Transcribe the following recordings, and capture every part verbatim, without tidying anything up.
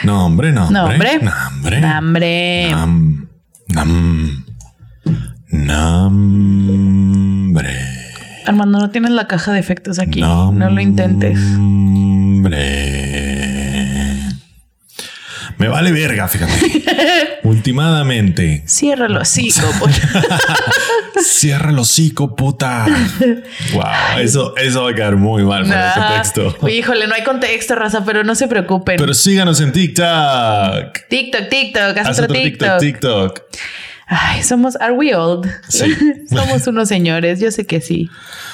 No, hombre, no, No, hombre. hombre. No, hombre. No, hombre. Nam, nam, nambre. Armando, no tienes la caja de efectos aquí. No, no lo intentes. Hombre. Me vale verga, fíjate. Últimamente. Cierra el hocico. Cierra el hocico, puta. Wow, eso, eso va a quedar muy mal para el contexto. Uy, híjole, no hay contexto, raza, pero no se preocupen. Pero síganos en TikTok. TikTok, TikTok, haz Haz otro otro TikTok. TikTok, TikTok. Ay, somos, are we old? Sí. Somos unos señores, yo sé que sí.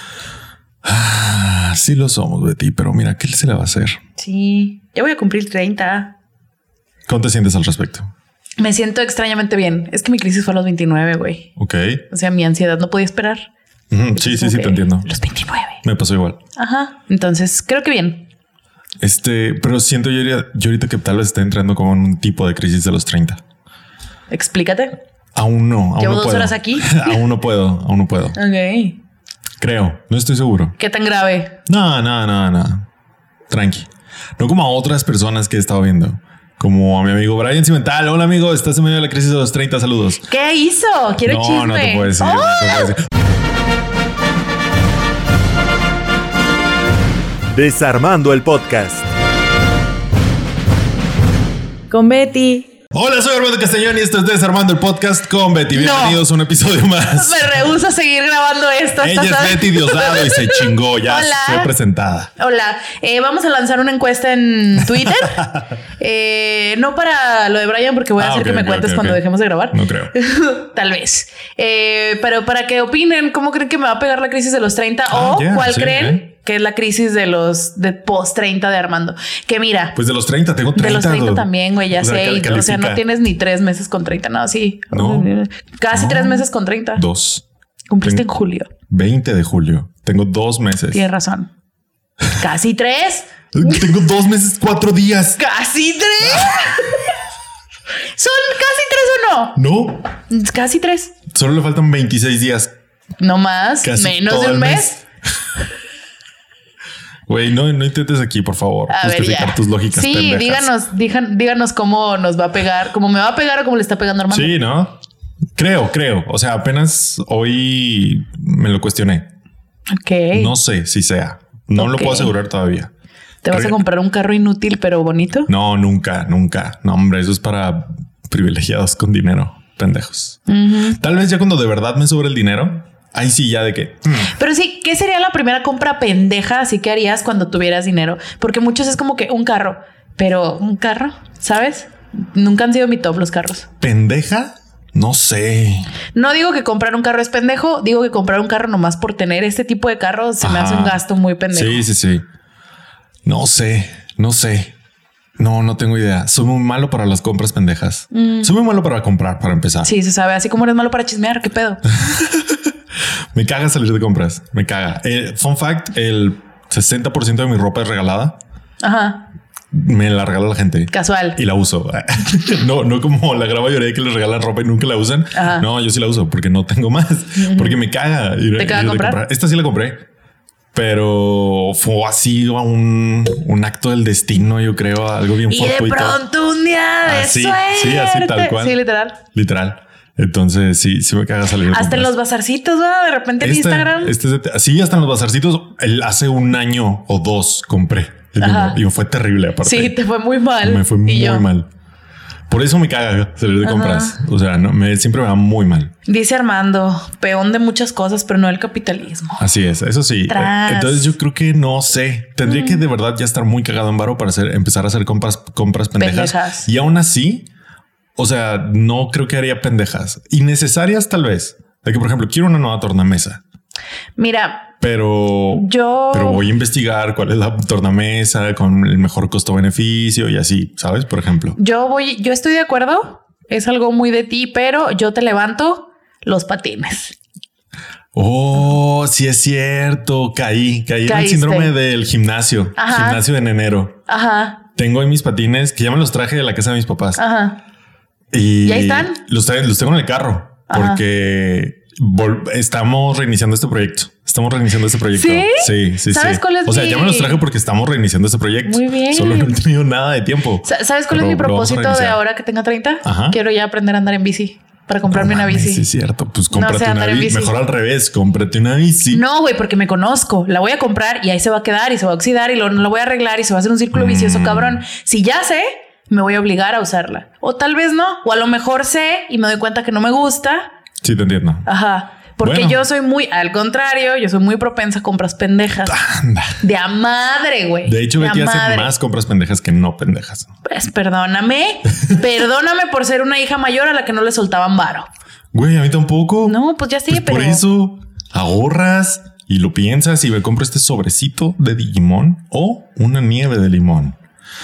Ah, sí lo somos, Betty, pero mira, ¿qué se le va a hacer? Sí, ya voy a cumplir treinta. ¿Cómo te sientes al respecto? Me siento extrañamente bien. Es que mi crisis fue a los veintinueve, güey. Ok. O sea, mi ansiedad no podía esperar. Ujú, sí, sí, sí, te entiendo. Los veintinueve. Me pasó igual. Ajá. Entonces, creo que bien. Este, pero siento yo, ahorita- yo ahorita que tal vez esté entrando como en un tipo de crisis de los treinta. Explícate. Aún no. Aún Llevo no dos puedo. horas aquí. Aún no puedo. Aún no puedo. Ok. Creo. No estoy seguro. ¿Qué tan grave? No, no, no, no. Tranqui. No como a otras personas que he estado viendo. Como a mi amigo Brian Cimental. Hola, amigo. Estás en medio de la crisis de los treinta. Saludos. ¿Qué hizo? Quiero No, chisme. no te puedo decir. ¡Oh! No te puedo decir. Desarmando el podcast. Con Betty. Hola, soy Armando Castañón y esto es Desarmando el Podcast con Betty. Bienvenidos a un episodio más. Me rehúso a seguir grabando esto. Ella ¿estás- es Betty Diosdado y se chingó. Ya Hola. fue presentada. Hola, eh, vamos a lanzar una encuesta en Twitter. eh, no para lo de Brian, porque voy a Ah, hacer ok, que me ok, cuentes ok, cuando ok. dejemos de grabar. No creo. Tal vez. Eh, pero para que opinen, ¿cómo creen que me va a pegar la crisis de los treinta? Ah, o yeah, cuál sí, creen eh. que es la crisis de los de post treinta de Armando. Que mira, Pues de los treinta, tengo treinta. de los treinta dude. también, güey, ya O sea, sé. cal- y- o sea, califica. no tienes ni tres meses con treinta. No, sí. No. Casi No. tres meses con treinta. Dos. Cumpliste Tengo- en julio. veinte de julio. Tengo dos meses. Tienes razón. Casi tres. Tengo dos meses, cuatro días. Casi tres. Son casi tres o no. No, Casi tres. solo le faltan veintiséis días. No más. Casi Menos todo de un el mes. Güey, no, no intentes aquí, por favor, A ver, justificar ya. tus lógicas Sí, pendejas. díganos, digan- díganos cómo nos va a pegar, cómo me va a pegar o cómo le está pegando a Armando. Sí, ¿no? Creo, creo. O sea, apenas hoy me lo cuestioné. Ok. No sé si sea. No lo Ok. puedo asegurar todavía. ¿Te vas a Creo- comprar un carro inútil pero bonito? No, nunca, nunca. No, hombre, eso es para privilegiados con dinero, pendejos. Ujú. Tal vez ya cuando de verdad me sobre el dinero, ahí sí ya de que... hmm, Pero sí, ¿qué sería la primera compra pendeja así que harías cuando tuvieras dinero? Porque muchos es como que un carro, pero un carro, ¿sabes? Nunca han sido mi top los carros. pendeja, no sé. No digo que comprar un carro es pendejo, digo que comprar un carro nomás por tener este tipo de carros se me Ajá. hace un gasto muy pendejo. Sí, sí, sí. No sé, no sé. No, no tengo idea. Soy muy malo para las compras pendejas. Soy muy malo para comprar, para empezar. Mm. Sí, se sabe. Así como eres malo para chismear, ¿qué pedo? Me caga salir de compras. Me caga. Eh, fun fact, el sesenta por ciento de mi ropa es regalada. Ajá. Me la regala la gente. Casual. Y la uso. No, no como la gran mayoría que les regalan ropa y nunca la usan. Ajá. No, yo sí la uso porque no tengo más. Porque me caga. ir- ¿Te caga ir de comprar? Esta sí la compré. Pero fue así un, un acto del destino, yo creo, algo bien Y de fortuito. pronto un día de Así, suerte. sí, así tal cual. Sí, literal. Literal. Entonces sí, sí me caga salir. de Hasta en compras. los bazarcitos, ¿no? De repente en Este- Instagram. este es de- sí, hasta en los bazarcitos. El, hace un año o dos compré el Ajá. mismo y fue terrible. Aparte, Sí, te fue muy mal. me fue Y muy yo, mal. Por eso me caga salir de Ajá. compras. O sea, no, me, siempre me va muy mal. Dice Armando, peón de muchas cosas, pero no del capitalismo. Así es, eso sí. Tras. Eh, Entonces yo creo que no sé. Tendría que de verdad ya estar muy cagado en varo para hacer, empezar a hacer compras, compras pendejas. Pendejas. Y aún así, o sea, no creo que haría pendejas. Innecesarias tal vez. De que, por ejemplo, quiero una nueva tornamesa. Mira, Pero, yo... pero voy a investigar cuál es la tornamesa con el mejor costo-beneficio y así, ¿sabes? Por ejemplo. Yo voy, yo estoy de acuerdo. Es algo muy de ti, pero yo te levanto los patines. Oh, sí es cierto. Caí, caí en el Caíste. síndrome del gimnasio. Ajá. Gimnasio en enero. Ajá, Tengo ahí mis patines que ya me los traje de la casa de mis papás. ajá. Y ¿Y ahí están? Los, tra- los tengo en el carro Ajá. porque vol- estamos reiniciando este proyecto. Estamos reiniciando este proyecto. ¿Sí? Sí, sí, ¿Sabes sí. cuál es O sea, mi- ya me los traje porque estamos reiniciando este proyecto. Muy bien. Solo no he tenido nada de tiempo. Sa- ¿Sabes cuál Pero es mi lo vamos a propósito de reiniciar. ahora que tenga treinta? Ajá. Quiero ya aprender a andar en bici para comprarme No una mames, bici. Sí, es cierto. Pues No cómprate sé una andar en bici. bici. Mejor al revés, cómprate una bici. No, güey, porque me conozco. La voy a comprar y ahí se va a quedar y se va a oxidar y luego no la voy a arreglar y se va a hacer un círculo vicioso, Mm. cabrón. Si ya sé, me voy a obligar a usarla. O tal vez no. O a lo mejor sé y me doy cuenta que no me gusta. Sí, te entiendo. Ajá. Porque Bueno. yo soy muy, al contrario, yo soy muy propensa a compras pendejas. Anda. De a madre, güey. De hecho, De a Betty hace madre. más compras pendejas que no pendejas. Pues perdóname. Perdóname por ser una hija mayor a la que no le soltaban varo. Güey, a mí tampoco. No, pues ya sí, Pues pero... por eso ahorras y lo piensas y me compro este sobrecito de Digimon o una nieve de limón.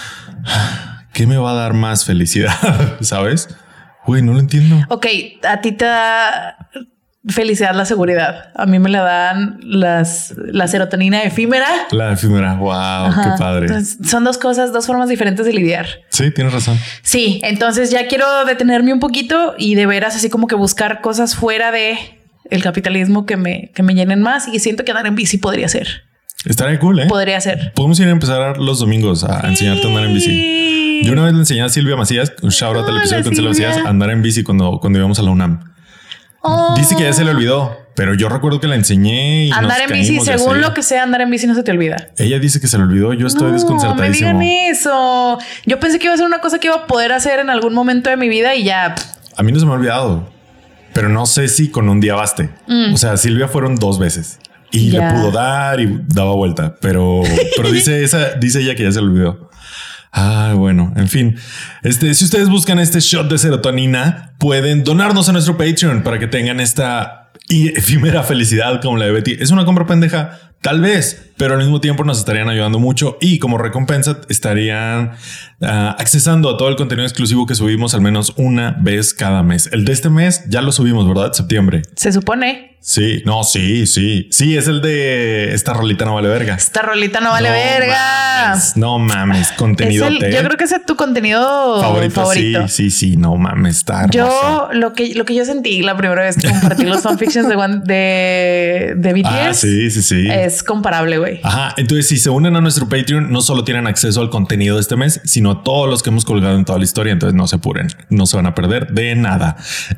¿Qué me va a dar más felicidad? ¿Sabes? Güey, no lo entiendo. Ok, a ti te da felicidad la seguridad. A mí me la dan las, la serotonina efímera. La efímera. Wow, Ajá. qué padre. Entonces, son dos cosas, dos formas diferentes de lidiar. Sí, tienes razón. Sí, entonces ya quiero detenerme un poquito y de veras así como que buscar cosas fuera de el capitalismo que me, que me llenen más, y siento que andar en bici podría ser. Estaría cool, ¿eh? Podría ser. Podemos ir a empezar los domingos a enseñarte a andar en bici. Yo una vez le enseñé a Silvia Macías, un shout out al Hola, episodio con Silvia Silvia. Macías, a andar en bici cuando, cuando íbamos a la UNAM. Oh. Dice que ya se le olvidó, pero yo recuerdo que la enseñé y Andar nos en bici, caímos y según así. lo que sea, andar en bici no se te olvida. Ella dice que se le olvidó. Yo estoy No, desconcertadísimo. me digan eso. Yo pensé que iba a ser una cosa que iba a poder hacer en algún momento de mi vida y ya. A mí no se me ha olvidado, pero no sé si con un día baste. Mm. O sea, Silvia fueron dos veces y Ya. le pudo dar y daba vuelta, pero, pero dice esa, dice ella que ya se le olvidó. Ah, bueno, en fin, este, si ustedes buscan este shot de serotonina, pueden donarnos a nuestro Patreon para que tengan esta efímera felicidad como la de Betty. Es una compra pendeja, tal vez, pero al mismo tiempo nos estarían ayudando mucho y como recompensa estarían uh, accesando a todo el contenido exclusivo que subimos al menos una vez cada mes. El de este mes ya lo subimos, ¿verdad? Septiembre. Se supone. Sí, no, sí, sí. Sí, es el de esta rolita no vale verga. Esta rolita no vale No verga. mames, no mames, contenido. Es el- yo creo que ese es tu contenido favorito. favorito. Sí, sí, sí, no mames, está hermoso. Yo lo que lo que yo sentí la primera vez que compartí los fanfictions de, One- de, de B T S Ah, sí, sí, sí. es comparable, güey. Ajá, entonces si se unen a nuestro Patreon, no solo tienen acceso al contenido de este mes, sino a todos los que hemos colgado en toda la historia. Entonces no se apuren, no se van a perder de nada.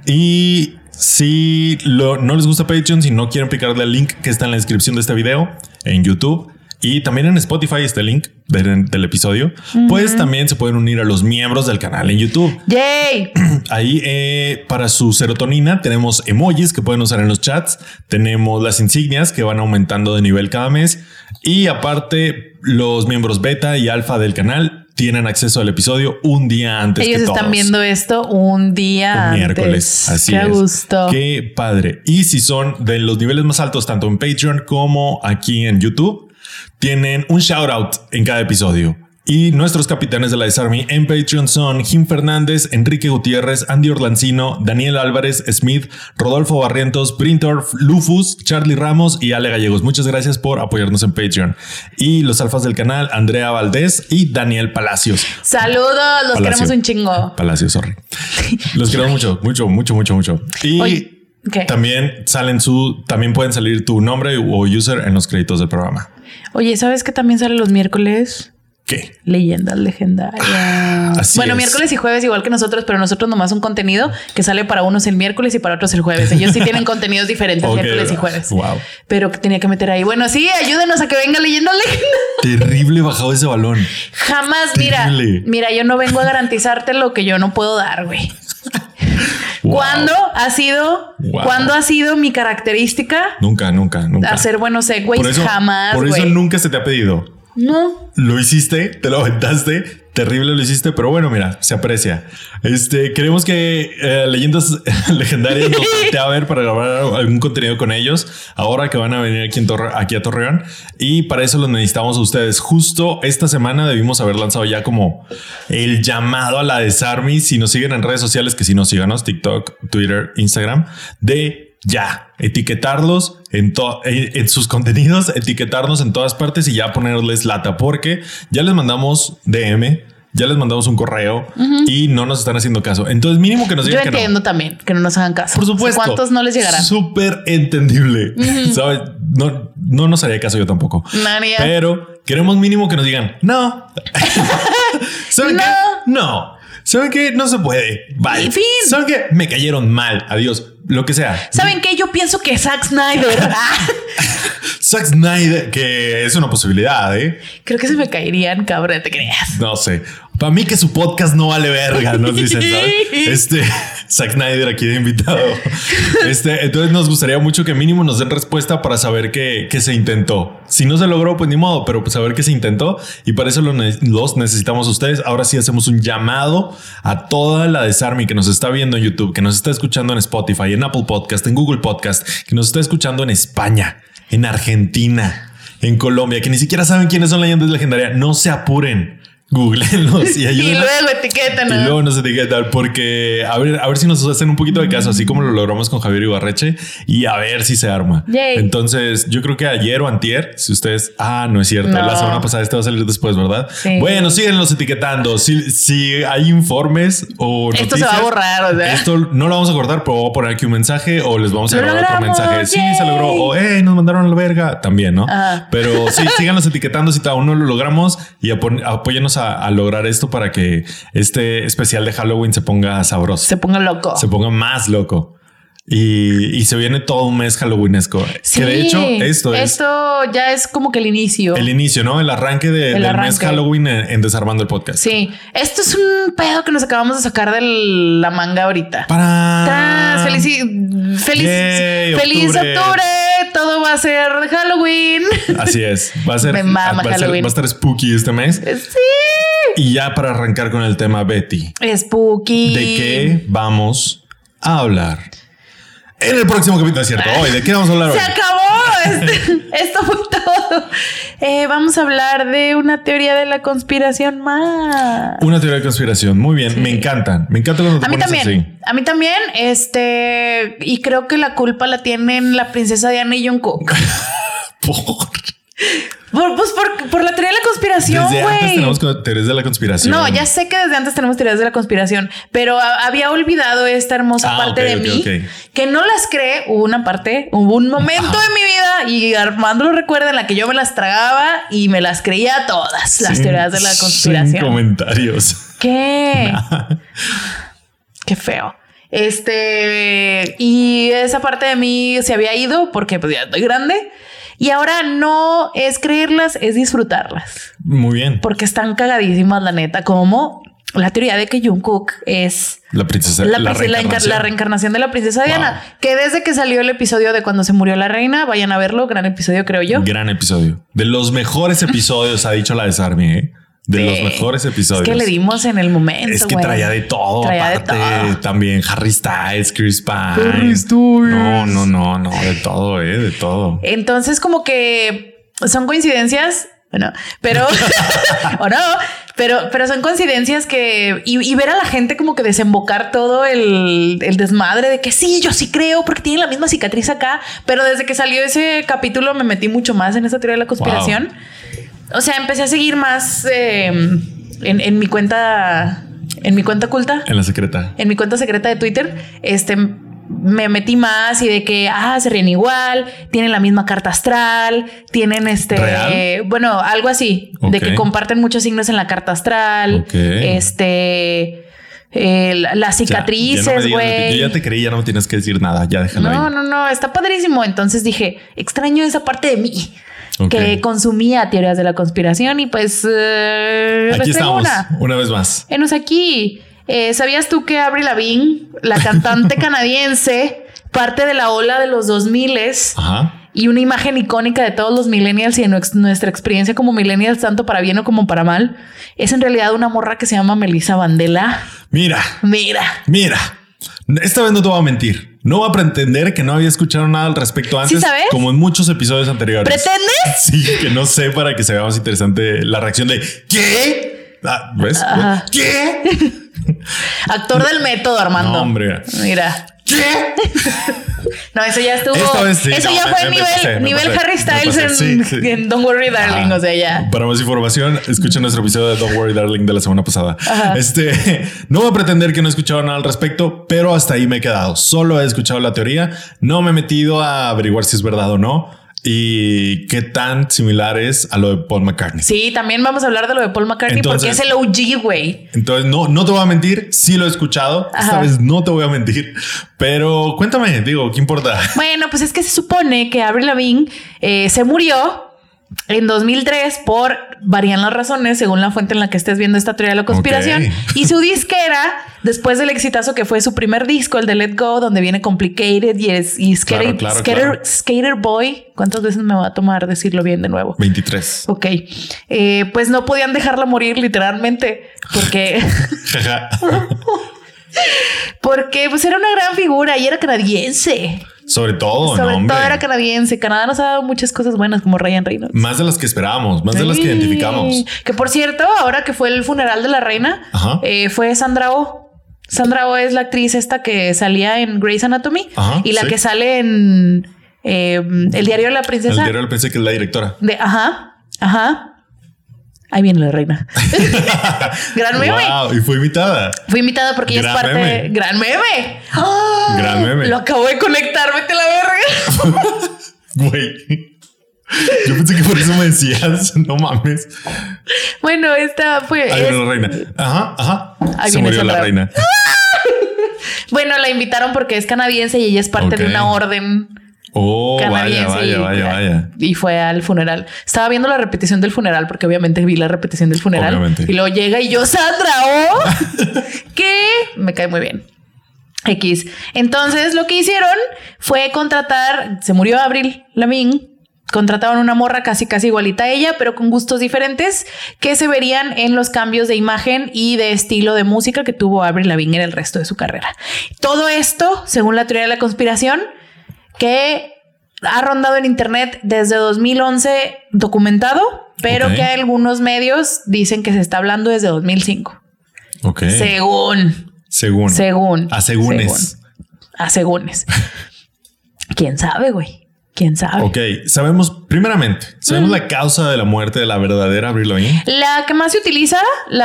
Y si lo, no les gusta Patreon, si no quieren picarle al link que está en la descripción de este video en YouTube y también en Spotify está el link del, del episodio, uh-huh. pues también se pueden unir a los miembros del canal en YouTube. ¡Yay! Ahí eh, para su serotonina tenemos emojis que pueden usar en los chats, tenemos las insignias que van aumentando de nivel cada mes y aparte los miembros beta y alfa del canal tienen acceso al episodio un día antes. Ellos que están todos. viendo esto un día Un antes. miércoles. Así Qué es. gusto. Qué padre. Y si son de los niveles más altos, tanto en Patreon como aquí en YouTube, tienen un shout out en cada episodio. Y nuestros capitanes de la Desarmy en Patreon son Jim Fernández, Enrique Gutiérrez, Andy Orlancino, Daniel Álvarez, Smith, Rodolfo Barrientos, Brintorf, Lufus, Charlie Ramos y Ale Gallegos. Muchas gracias por apoyarnos en Patreon. Y los alfas del canal, Andrea Valdés y Daniel Palacios. Saludos, los Palacio. queremos un chingo. Palacios, sorry. Los queremos mucho, mucho, mucho, mucho, mucho. Y Oye, ¿qué? también salen su, también pueden salir tu nombre o user en los créditos del programa. Oye, ¿sabes que también sale los miércoles? ¿Qué? Leyendas legendarias. Así bueno, es. miércoles y jueves igual que nosotros, pero nosotros nomás un contenido que sale para unos el miércoles y para otros el jueves. Ellos sí tienen contenidos diferentes Ok, miércoles y jueves. Wow. Pero que tenía que meter ahí. Bueno, sí, ayúdenos a que venga Leyendas legendarias. Terrible bajado ese balón. Jamás, mira, Terrible. mira, yo no vengo a garantizarte lo que yo no puedo dar, güey. Wow. ¿Cuándo ha sido, Wow. cuándo ha sido mi característica Nunca, nunca, nunca. hacer buenos segways? Por eso, Jamás, por eso güey. nunca se te ha pedido. No. Lo hiciste, te lo aventaste, terrible lo hiciste, pero bueno, mira, se aprecia. Este, queremos que eh, Leyendas Legendarias nos voltee a ver para grabar algún contenido con ellos ahora que van a venir aquí, en Torre, aquí a Torreón y para eso los necesitamos a ustedes. Justo esta semana debimos haber lanzado ya como el llamado a la Desarmy. Si nos siguen en redes sociales, que si nos síganos, TikTok, Twitter, Instagram, de ya etiquetarlos en, to- en, en sus contenidos, etiquetarnos en todas partes y ya ponerles lata, porque ya les mandamos D M, ya les mandamos un correo uh-huh. y no nos están haciendo caso. Entonces, mínimo que nos digan Yo que entiendo no. también que no nos hagan caso. Por supuesto. ¿Cuántos no les llegarán? Súper entendible. Uh-huh. ¿Sabes? no, no nos haría caso yo tampoco. María. Pero queremos mínimo que nos digan no. ¿Saben No. qué? No. ¿Saben qué? No se puede. Bye. En fin. ¿Saben qué? Me cayeron mal. Adiós. Lo que sea. ¿Saben qué? Yo pienso que Zack Snyder. Zack Snyder, que es una posibilidad, ¿eh? Creo que se me caerían, cabrón, te creas. No sé. Para mí que su podcast no vale verga, nos dicen, ¿sabes? Este, Zack Snyder aquí de invitado. Este, entonces nos gustaría mucho que mínimo nos den respuesta para saber que, que se intentó. Si no se logró, pues ni modo, pero pues saber que se intentó. Y para eso lo ne- los necesitamos a ustedes. Ahora sí hacemos un llamado a toda la Desarme que nos está viendo en YouTube, que nos está escuchando en Spotify, en Apple Podcast, en Google Podcast, que nos está escuchando en España, en Argentina, en Colombia, que ni siquiera saben quiénes son leyendas legendarias. No se apuren. Googleenlos y ayuden. Y luego etiquetan. Y luego nos etiquetan porque a ver, a ver si nos hacen un poquito de caso, así como lo logramos con Javier Ibarreche, y a ver si se arma. Yay. Entonces, yo creo que ayer o antier, si ustedes, ah, no es cierto, No. la semana pasada, este va a salir después, ¿verdad? Sí. Bueno, síguenlos etiquetando. Si, si hay informes o Esto noticias, se va a borrar, o sea. esto no lo vamos a cortar, pero voy a poner aquí un mensaje o les vamos a ¡Lo grabar otro logramos! mensaje. Sí, ¡Yay! se logró. O hey, nos mandaron a la verga también, ¿no? Ajá. Pero sí, síganos etiquetando si aún no lo logramos y apon- apóyenos a, a lograr esto para que este especial de Halloween se ponga sabroso, Se ponga loco. se ponga más loco. Y, y se viene todo un mes halloweenesco. Sí, que de hecho esto es Esto ya es como que el inicio. el inicio, ¿no? El arranque de- El del arranque. mes Halloween en, en Desarmando el Podcast. Sí, esto es un pedo que nos acabamos de sacar de la manga ahorita. Para Tras, feliz, feliz, Yay, feliz octubre. octubre. Todo va a ser de Halloween. Así es. Va a ser, Me mama va a ser- Halloween. va a estar spooky este mes. Sí. Y ya para arrancar con el tema, Betty, Spooky. ¿de qué vamos a hablar en el próximo capítulo? Es cierto. Hoy, ¿de qué vamos a hablar hoy? Se acabó. Este- esto fue todo. Eh, vamos a hablar de una teoría de la conspiración más. Una teoría de conspiración. Muy bien. Sí. Me encantan. Me encanta cuando te A mí pones también. así. A mí también. Este. Y creo que la culpa la tienen la princesa Diana y Jungkook. Por... Por, pues por, por la teoría de la conspiración, Desde antes güey. tenemos co- teorías de la conspiración. No, ya sé que desde antes tenemos teorías de la conspiración, pero a- había olvidado esta hermosa Ah, parte ok, de ok, mí ok. que no las cree. Hubo una parte, hubo un momento Ajá. en mi vida y Armando lo recuerda en la que yo me las tragaba y me las creía todas las Sin- teorías de la sin conspiración. comentarios. ¿Qué? Qué feo. Este, y esa parte de mí se había ido porque pues ya estoy grande y ahora no es creerlas, es disfrutarlas. Muy bien. Porque están cagadísimas, la neta, como la teoría de que Jungkook es La princesa. la, La, prince- la encar- reencarnación. la reencarnación de la princesa Diana, Wow. que desde que salió el episodio de cuando se murió la reina, vayan a verlo, gran episodio creo yo. Gran episodio. De los mejores episodios, ha dicho la Desarme, ¿eh? De Sí. los mejores episodios. Es que le dimos en el momento. Es que güey. traía de todo. Traía de aparte, todo. también Harry Styles, Chris Pine. Harry Styles. No, no, no, no. De todo, eh. De todo. Entonces, como que son coincidencias. Bueno, pero o no, pero, pero son coincidencias que y, y ver a la gente como que desembocar todo el, el desmadre de que sí, yo sí creo porque tiene la misma cicatriz acá. Pero desde que salió ese capítulo me metí mucho más en esa teoría de la conspiración. Wow. O sea, empecé a seguir más eh, en, en mi cuenta, en mi cuenta oculta, En la secreta. en mi cuenta secreta de Twitter. Este me metí más y de que ah, se ríen igual, tienen la misma carta astral, tienen este, ¿Real? bueno, algo así, Ok. de que comparten muchos signos en la carta astral, Ok. este, eh, la- las Ya, ya no me cicatrices, digas, güey. yo ya te creí, ya no me tienes que decir nada. Ya déjalo No, ahí. no, no, está padrísimo. Entonces dije, extraño esa parte de mí Ok. que consumía teorías de la conspiración y pues eh, Aquí les traigo estamos. una. Una vez más. Enos aquí. Eh, ¿Sabías tú que Avril Lavigne, la cantante canadiense, parte de la ola de los dos miles Ajá. y una imagen icónica de todos los millennials y de nuex- nuestra experiencia como millennials, tanto para bien o como para mal, es en realidad una morra que se llama Melissa Vandela? Mira, Mira. mira. Esta vez no te voy a mentir. No voy a pretender que no había escuchado nada al respecto antes. ¿Sí sabes? Como en muchos episodios anteriores. ¿Pretendes? Sí, que no sé para que se vea más interesante la reacción de ¿qué? Ah, ¿ves? Ajá. ¿Qué? Actor del método, Armando. No, hombre. Mira. ¿Qué? No, eso ya estuvo. Esta vez sí, eso no, ya me- fue me nivel, pasé, me nivel pasé, Harry me Styles pasé, en, sí, sí. en Don't Worry Darling. Ajá. O sea, ya. Para más información, escuchen nuestro episodio de Don't Worry Darling de la semana pasada. Ajá. Este, no voy a pretender que no he escuchado nada al respecto, pero hasta ahí me he quedado. Solo he escuchado la teoría. No me he metido a averiguar si es verdad o no. y qué tan similar es a lo de Paul McCartney. Sí, también vamos a hablar de lo de Paul McCartney entonces, porque es el O G, güey. Entonces no, no te voy a mentir, sí lo he escuchado. Ajá. Esta vez no te voy a mentir, pero cuéntame, digo, ¿qué importa? Bueno, pues es que se supone que Avril Lavigne eh, se murió en dos mil tres por varían las razones según la fuente en la que estés viendo esta teoría de la conspiración. Okay. Y su disquera, después del exitazo que fue su primer disco, el de Let Go, donde viene Complicated y, es, y Skater, claro, claro, Skater, claro. Skater Boy. ¿Cuántas veces me va a tomar decirlo bien de nuevo? veintitrés. Ok. Eh, pues no podían dejarla morir literalmente porque... porque pues era una gran figura y era canadiense. Sobre todo, Sobre no, todo era canadiense. Canadá nos ha dado muchas cosas buenas como Ryan Reynolds. Más de las que esperábamos, más sí. de las que identificamos. Que por cierto, ahora que fue el funeral de la reina, eh, fue Sandra Oh. Sandra Oh es la actriz esta que salía en Grey's Anatomy. Ajá, y la sí. que sale en eh, El diario de la princesa. El diario de la princesa, que es la directora. De, ajá, ajá. Ahí viene la reina. Gran meme. Wow, y fue invitada. Fue invitada porque ella es parte meme. de... Gran meme. ¡Oh! Gran meme. Lo acabo de conectar. Vete a la verga. Güey. Yo pensé que por eso me decías. No mames. Bueno, esta fue... Ahí es... viene la reina. Ajá, ajá. Ahí Se murió la reina. Bueno, la invitaron porque es canadiense y ella es parte okay. de una orden... Oh, vaya, vaya, y, vaya, vaya. Y fue al funeral. Estaba viendo la repetición del funeral porque obviamente vi la repetición del funeral. Obviamente. Y luego llega y yo, Sandra Oh, que me cae muy bien. X. Entonces lo que hicieron fue contratar, se murió Avril Lavigne, contrataron una morra casi casi igualita a ella, pero con gustos diferentes que se verían en los cambios de imagen y de estilo de música que tuvo Avril Lavigne en el resto de su carrera. Todo esto, según la teoría de la conspiración, que ha rondado en internet desde dos mil once documentado, pero okay. que algunos medios dicen que se está hablando desde dos mil cinco. Ok. Según. Según. Según. A segúnes. Según. A segúnes. ¿Quién sabe, güey? ¿Quién sabe? Ok. Sabemos, primeramente, sabemos mm. la causa de la muerte de la verdadera Avril Lavigne. La que más se utiliza,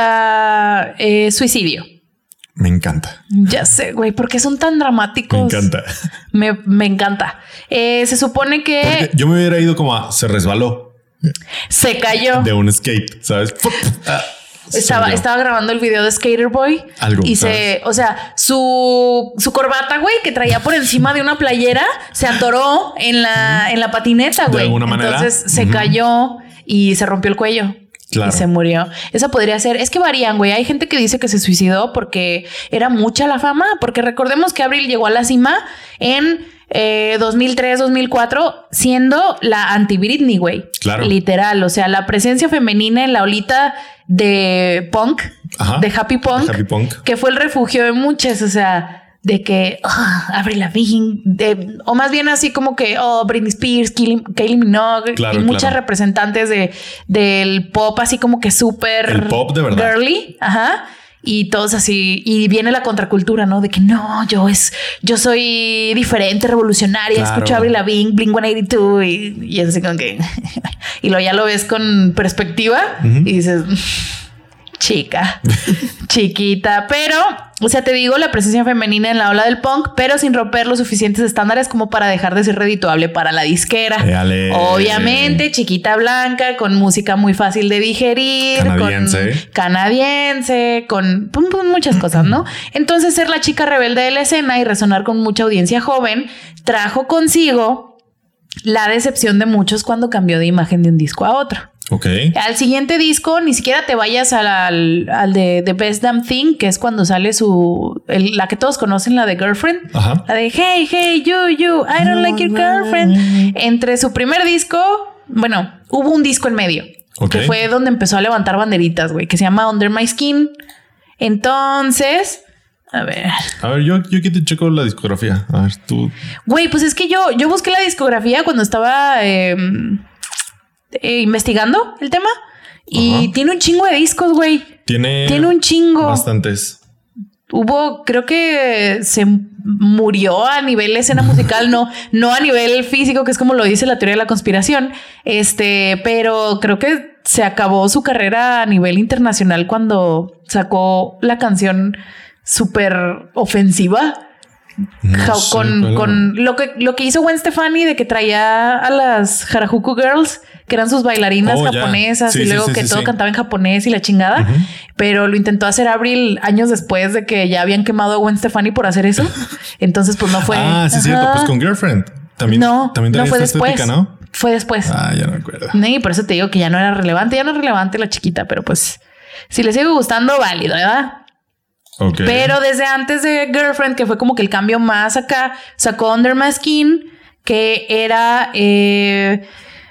la eh, suicidio. Me encanta. Ya sé, güey, porque son tan dramáticos. Me encanta. Me, me encanta. Eh, se supone que... Porque yo me hubiera ido como a... Se resbaló. Se cayó. De un skate, ¿sabes? Ah, estaba, estaba grabando el video de Skater Boy. Algo, y ¿sabes? se... O sea, su, su corbata, güey, que traía por encima de una playera, se atoró en la, en la patineta, güey. De alguna manera. Entonces se uh-huh. cayó y se rompió el cuello. Claro. Y se murió. Esa podría ser. Es que varían, güey. Hay gente que dice que se suicidó porque era mucha la fama. Porque recordemos que Avril llegó a la cima en eh, dos mil tres, dos mil cuatro, siendo la anti-Britney, güey. Claro. Literal. O sea, la presencia femenina en la olita de punk, Ajá. de happy punk, de happy punk, que fue el refugio de muchas. O sea, de que oh, Avril Lavigne, de, o más bien así como que oh, Britney Spears, Kylie, Kylie Minogue, claro, y muchas claro. representantes de del pop así como que súper el pop de verdad girly, ajá, y todos así, y viene la contracultura, ¿no? De que no, yo es, yo soy diferente, revolucionaria, claro. escucho a Avril Lavigne, Blink ciento ochenta y dos y, y es así como que y luego ya lo ves con perspectiva uh-huh. y dices chica, chiquita, pero, o sea, te digo, la presencia femenina en la ola del punk, pero sin romper los suficientes estándares como para dejar de ser redituable para la disquera. Dale. Obviamente, chiquita blanca, con música muy fácil de digerir, canadiense, con canadiense, con pum, pum, muchas cosas, ¿no? Entonces, ser la chica rebelde de la escena y resonar con mucha audiencia joven trajo consigo la decepción de muchos cuando cambió de imagen de un disco a otro. Ok. Al siguiente disco ni siquiera te vayas al, al, al de The Best Damn Thing, que es cuando sale su... El, la que todos conocen, la de Girlfriend. Ajá. La de Hey, hey, you, you, I don't like your girlfriend. Entre su primer disco... Bueno, hubo un disco en medio. Okay. Que fue donde empezó a levantar banderitas, güey. Que se llama Under My Skin. Entonces... A ver. A ver, yo, yo aquí te checo la discografía. A ver, tú... Güey, pues es que yo, yo busqué la discografía cuando estaba... Eh, Eh, investigando el tema y Ajá. tiene un chingo de discos, güey. Tiene, tiene un chingo. Bastantes. Hubo, creo que se murió a nivel escena musical, no, no a nivel físico, que es como lo dice la teoría de la conspiración. Este, pero creo que se acabó su carrera a nivel internacional cuando sacó la canción súper ofensiva No ja- sé con, cuál con lo que lo que hizo Gwen Stefani de que traía a las Harajuku Girls, que eran sus bailarinas Oh, ya. japonesas, Sí, y sí, luego sí, que sí, todo sí. cantaba en japonés y la chingada. Ujú. Pero lo intentó hacer Avril años después de que ya habían quemado a Gwen Stefani por hacer eso. Entonces, pues no fue. Ah, sí, es cierto. Ajá. Pues con Girlfriend. También, no, también no traía fue esta después. estética, ¿no? Fue después. Ah, ya no me acuerdo. No, y por eso te digo que ya no era relevante. Ya no es relevante la chiquita, pero pues si le sigue gustando, válido, ¿verdad? Ok. Pero desde antes de Girlfriend, que fue como que el cambio más acá, sacó Under My Skin, que era eh,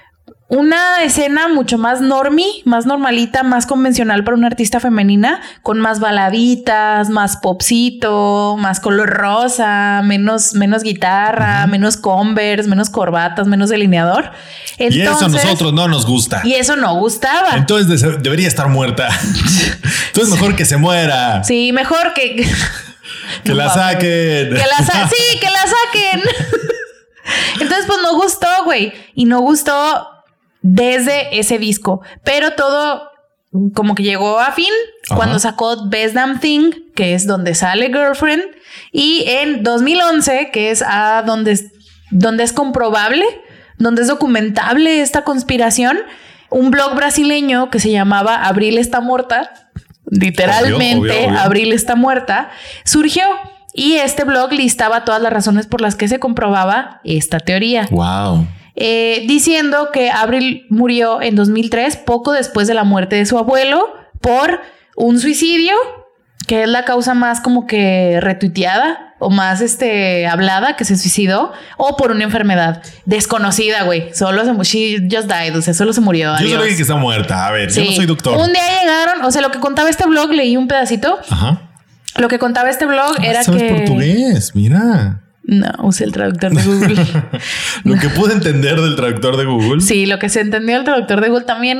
una escena mucho más normie, más normalita, más convencional para una artista femenina, con más baladitas, más popcito, más color rosa, menos, menos guitarra, uh-huh. menos Converse, menos corbatas, menos delineador. Entonces, y eso a nosotros no nos gusta. Y eso no gustaba. Entonces de- debería estar muerta. Entonces mejor que se muera. Sí, mejor que... Que No, la papá. saquen. Que la sa- sí, que la saquen. Entonces, pues no gustó, güey. Y no gustó desde ese disco. Pero todo como que llegó a fin Ajá. cuando sacó Best Damn Thing, que es donde sale Girlfriend. Y en dos mil once, que es a donde, donde es comprobable, donde es documentable esta conspiración, un blog brasileño que se llamaba Avril está muerta, literalmente Obvio, obvio, obvio. Avril está muerta, surgió. Y este blog listaba todas las razones por las que se comprobaba esta teoría. Wow. Eh, diciendo que Avril murió en dos mil tres, poco después de la muerte de su abuelo, por un suicidio, que es la causa más como que retuiteada o más este, hablada, que se suicidó, o por una enfermedad desconocida, güey. Solo se murió. She just died, o sea, solo se murió. Yo Adiós. solo dije que está muerta. A ver, Sí. yo no soy doctor. Un día llegaron, o sea, lo que contaba este blog, leí un pedacito. Ajá. Lo que contaba este blog Ah, era ¿sabes que... portugués? Mira. No, usé el traductor de Google. Lo que pude entender del traductor de Google. Sí, lo que se entendió del traductor de Google también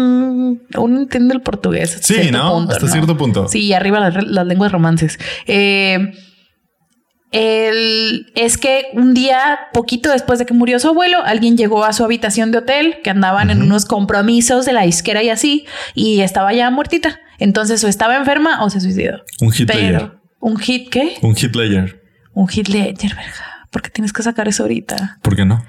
uno entiende el portugués. hasta Sí, cierto ¿no? punto, Hasta ¿no? cierto punto. Sí, arriba las, las lenguas romances. Eh, el, es que un día, poquito después de que murió su abuelo, alguien llegó a su habitación de hotel, que andaban uh-huh. en unos compromisos de la disquera y así, y estaba ya muertita. Entonces o estaba enferma o se suicidó. Un hit Pero, layer. ¿un hit qué? Un hit layer. Un hit ledger, verga. ¿Por qué tienes que sacar eso ahorita? ¿Por qué no?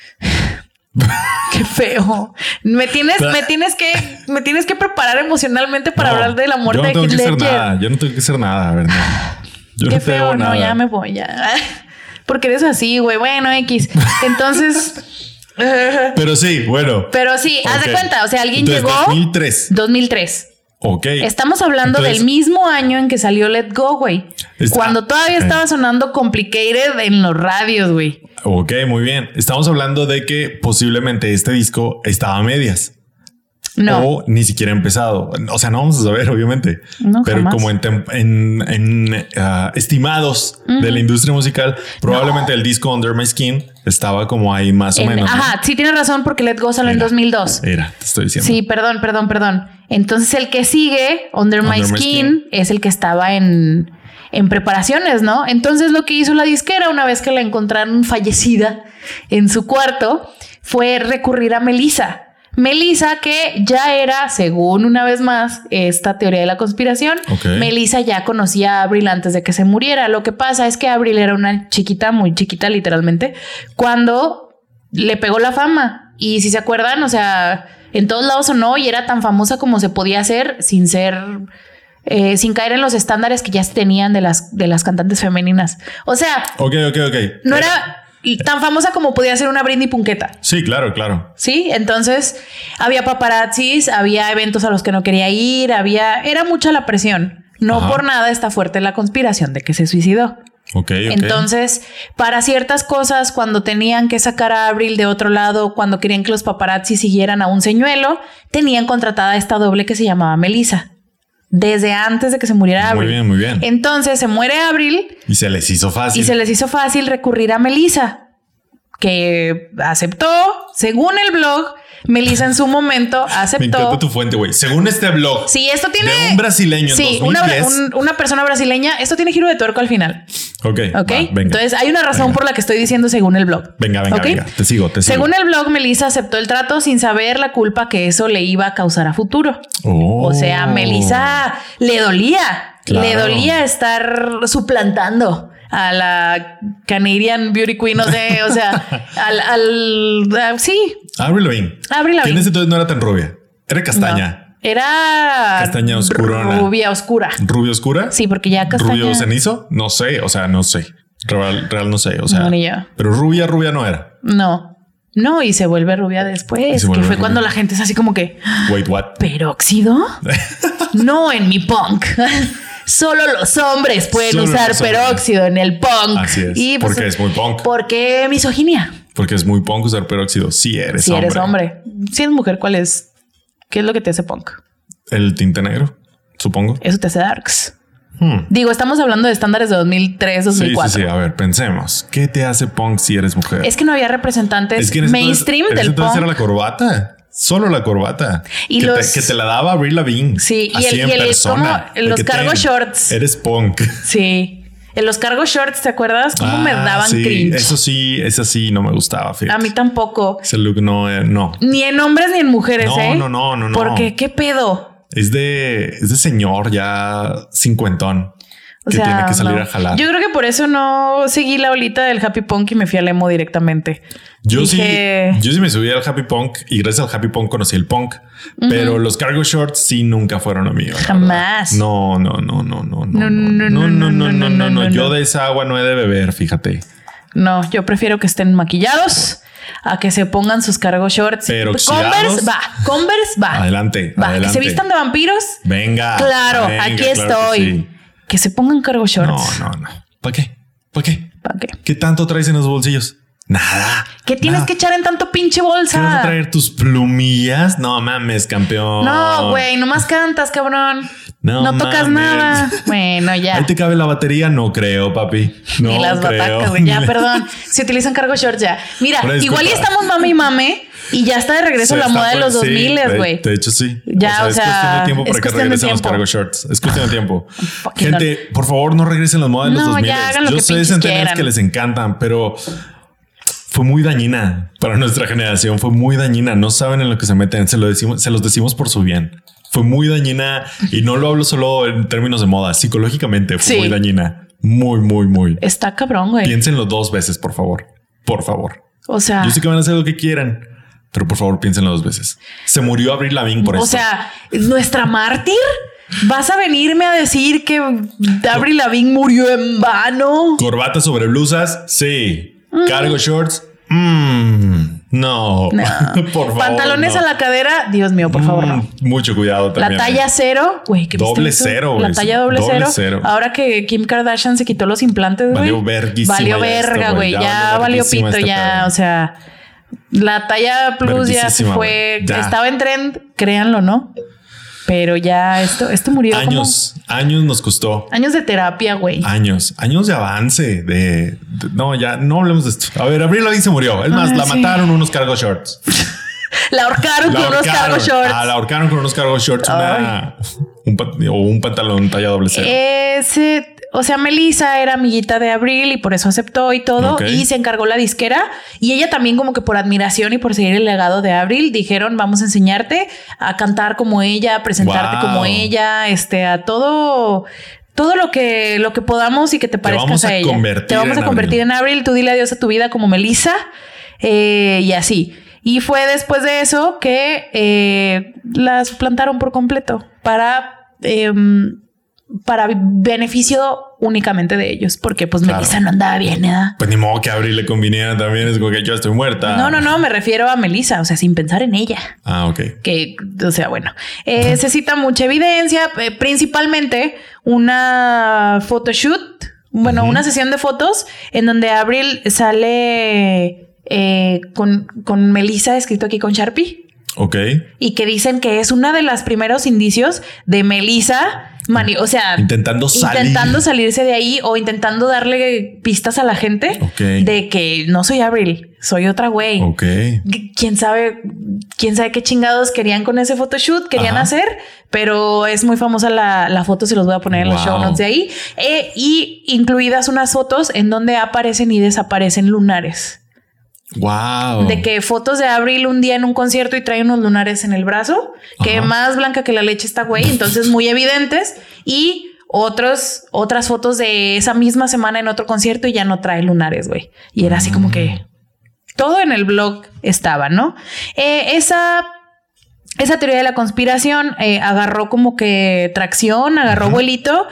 Qué feo. Me tienes, me tienes que, me tienes que preparar emocionalmente para No, hablar de la muerte yo no de tengo Heath que hacer Ledger. nada. Yo no tengo que hacer nada, a ver. No. Yo Qué no te feo, hago no, nada. ya me voy, ya. Porque eres así, güey. Bueno, X. Entonces. Pero sí, bueno. Pero sí, okay. haz de cuenta. O sea, alguien Entonces, llegó. dos mil tres. dos mil tres. Ok. Estamos hablando Entonces, del mismo año en que salió Let Go, güey. Está, Cuando todavía okay. estaba sonando Complicated en los radios, güey. Ok, muy bien. Estamos hablando de que posiblemente este disco estaba a medias. No. O ni siquiera empezado. O sea, no vamos a saber, obviamente. No, pero jamás. como en, tem- en, en uh, estimados uh-huh. de la industria musical, probablemente no. el disco Under My Skin estaba como ahí más en, o menos. Ajá, ¿no? Sí tienes razón porque Let Go salió en dos mil dos. Era, te estoy diciendo. Sí, perdón, perdón, perdón. Entonces el que sigue, Under, Under My, my skin, skin, es el que estaba en, en preparaciones, ¿no? Entonces lo que hizo la disquera una vez que la encontraron fallecida en su cuarto fue recurrir a Melissa. Melissa, que ya era, según una vez más, esta teoría de la conspiración, okay. Melissa ya conocía a Avril antes de que se muriera. Lo que pasa es que Avril era una chiquita, muy chiquita literalmente, cuando le pegó la fama. Y si se acuerdan, o sea, en todos lados sonó y era tan famosa como se podía hacer sin ser... Eh, sin caer en los estándares que ya se tenían de las, de las cantantes femeninas. O sea... Ok, ok, ok. No era... tan famosa como podía ser una Britney Punketa. Sí, claro, claro. Sí, entonces había paparazzis, había eventos a los que no quería ir, había... Era mucha la presión. No Ajá. por nada está fuerte la conspiración de que se suicidó. Okay, okay. Entonces, para ciertas cosas, cuando tenían que sacar a Avril de otro lado, cuando querían que los paparazzi siguieran a un señuelo, tenían contratada esta doble que se llamaba Melissa. Desde antes de que se muriera Avril. Muy bien, muy bien. Entonces se muere Avril. Y se les hizo fácil. Y se les hizo fácil recurrir a Melissa, que aceptó, según el blog. Melissa en su momento aceptó. Me encanta tu fuente, güey. Según este blog. Sí, esto tiene... De un brasileño sí, en dos mil diez. Una, un, una persona brasileña. Esto tiene giro de tuerco al final. Ok. Ok. Va, venga. Entonces hay una razón venga. por la que estoy diciendo según el blog. Venga, venga, ¿Okay? venga. Te sigo, te sigo. Según el blog, Melissa aceptó el trato sin saber la culpa que eso le iba a causar a futuro. Oh. O sea, Melissa le dolía. Claro. Le dolía estar suplantando a la Canadian Beauty Queen, no sé, o sea, al, al a, sí. Avril Lavigne. Avril Lavigne. En ese entonces no era tan rubia. Era castaña. No, era castaña oscurona. Rubia oscura. ¿Rubia oscura? Sí, porque ya castaña. ¿Rubio cenizo? No sé, o sea, no sé. Real, real no sé, o sea. No, ni yo. Pero rubia, rubia no era. No. No, y se vuelve rubia después, que fue rubia. Cuando la gente es así como que... Wait, what? ¿Peróxido? No en mi punk. Solo los hombres pueden Solo usar peróxido en el punk. Así es. Y pues, porque es muy punk. Porque misoginia. Porque es muy punk usar peróxido. Si eres si hombre. Si eres hombre. Si eres mujer, ¿cuál es? ¿Qué es lo que te hace punk? El tinte negro, supongo. Eso te hace darks. Hmm. Digo, estamos hablando de estándares de dos mil tres, dos mil cuatro. Sí, sí, sí. A ver, pensemos. ¿Qué te hace punk si eres mujer? Es que no había representantes es que mainstream entonces, del punk. Era la corbata. Solo la corbata. Y que, los... te, que te la daba Avril Lavigne. Sí, así y el, en y el persona. Como los cargo ten, shorts. Eres punk. Sí. En los cargo shorts, ¿te acuerdas? Cómo ah, me daban sí. cringe. Eso sí, eso sí no me gustaba. Fíjate. A mí tampoco. Ese look no, eh, no. Ni en hombres ni en mujeres, no, ¿eh? No, no, no, no. Porque qué pedo. Es de, es de señor ya cincuentón. O que sea, tiene que salir no. a jalar. Yo creo que por eso no seguí la olita del happy punk y me fui al emo directamente. Yo Dije... sí, yo sí me subí al happy punk y gracias al happy punk conocí el punk, uh-huh. pero los cargo shorts sí nunca fueron a mí. Jamás. No, no, no, no, no, no, no, no, no, no, no, no, no, no. Yo de esa agua no he de beber, fíjate. No, yo prefiero que estén maquillados a que se pongan sus cargo shorts. Pero Converse va, Converse va. Adelante, va. adelante. Que se vistan de vampiros. Venga. Claro, venga, aquí claro estoy. Que, sí. que se pongan cargo shorts. No, no, no. ¿Para qué? ¿Para qué? ¿Para qué? ¿Qué tanto traes en los bolsillos? Nada. ¿Qué tienes nada. que echar en tanto pinche bolsa? ¿Qué vas a traer tus plumillas? No mames, campeón. No, güey, nomás cantas, cabrón. No, no tocas mames. nada. Bueno, ya. ¿Ahí te cabe la batería? No creo, papi. No Ni las creo. batacas, güey. Ya, perdón. Se utilizan cargo shorts ya. Mira, igual ya estamos mame y mame y ya está de regreso la moda de los dos mil, güey. De hecho, sí. Ya, o sea, es cuestión de tiempo para que regresen los cargo shorts. Es cuestión de tiempo. Gente, por favor, no regresen las modas de los no, dos mil. Ya hagan lo Yo que sé centenarios que les encantan, pero fue muy dañina para nuestra generación. Fue muy dañina. No saben en lo que se meten. Se lo decimos, se los decimos por su bien. Fue muy dañina y no lo hablo solo en términos de moda. Psicológicamente fue sí. muy dañina. Muy, muy, muy. Está cabrón, güey. Piénsenlo dos veces, por favor. Por favor. O sea, yo sé que van a hacer lo que quieran, pero por favor piénsenlo dos veces. Se murió Avril Lavigne por eso. O sea, nuestra mártir. ¿Vas a venirme a decir que Avril Lavigne murió en vano? Corbata sobre blusas. Sí. Mm. Cargo shorts. Mm, no, no. por favor. Pantalones no. a la cadera. Dios mío, por favor. Mm, mucho cuidado también. La talla cero. Güey, ¿qué doble viste cero. La talla doble, doble cero. cero. Ahora que Kim Kardashian se quitó los implantes, güey. Valió verguísima. Valió verga, güey. Ya, ya valió pito, este ya. Pedo. O sea, la talla plus ya se fue. Ya. Estaba en trend, créanlo, ¿no? Pero ya esto, esto murió. Años, como... años nos costó. Años de terapia, güey. Años, años de avance. De, de no, ya no hablemos de esto. A ver, Avril Lavigne se murió. Es más, ah, la sí. mataron unos cargo shorts. La ahorcaron la con ahorcaron, unos cargo shorts. Ah, la ahorcaron con unos cargo shorts. Una, un, o un pantalón talla doble cero. Ese. O sea, Melissa era amiguita de Avril y por eso aceptó y todo. Okay. Y se encargó la disquera. Y ella también como que por admiración y por seguir el legado de Avril dijeron, vamos a enseñarte a cantar como ella, a presentarte wow. como ella, este, a todo... Todo lo que, lo que podamos y que te parezcas te a, a ella. Te vamos a convertir en Avril. Tú dile adiós a tu vida como Melissa. Eh, y así. Y fue después de eso que eh, las plantaron por completo para... Eh, para beneficio únicamente de ellos, porque pues claro. Melissa no andaba bien, ¿eh? Pues ni modo que a Avril le conviniera también, es como que yo estoy muerta. No, no, no, me refiero a Melissa, o sea, sin pensar en ella. Ah, ok. Que, o sea, bueno, eh, se cita mucha evidencia, eh, principalmente una photoshoot, bueno, uh-huh. una sesión de fotos en donde Avril sale eh, con, con Melissa escrito aquí con Sharpie. Ok. Y que dicen que es uno de los primeros indicios de Melissa, mani- o sea, intentando salir. Intentando salirse de ahí o intentando darle pistas a la gente okay. de que no soy Avril, soy otra güey. Ok. ¿Quién sabe, quién sabe qué chingados querían con ese photoshoot, querían Ajá. hacer? Pero es muy famosa la, la foto, se los voy a poner en wow. los show notes de ahí. Eh, y incluidas unas fotos en donde aparecen y desaparecen lunares. Wow. De que fotos de Avril un día en un concierto y trae unos lunares en el brazo, que Ajá. más blanca que la leche está güey, entonces muy evidentes. Y otros, otras fotos de esa misma semana en otro concierto y ya no trae lunares, güey. Y era así como que todo en el blog estaba, ¿no? Eh, esa, esa teoría de la conspiración eh, agarró como que tracción, agarró uh-huh. vuelito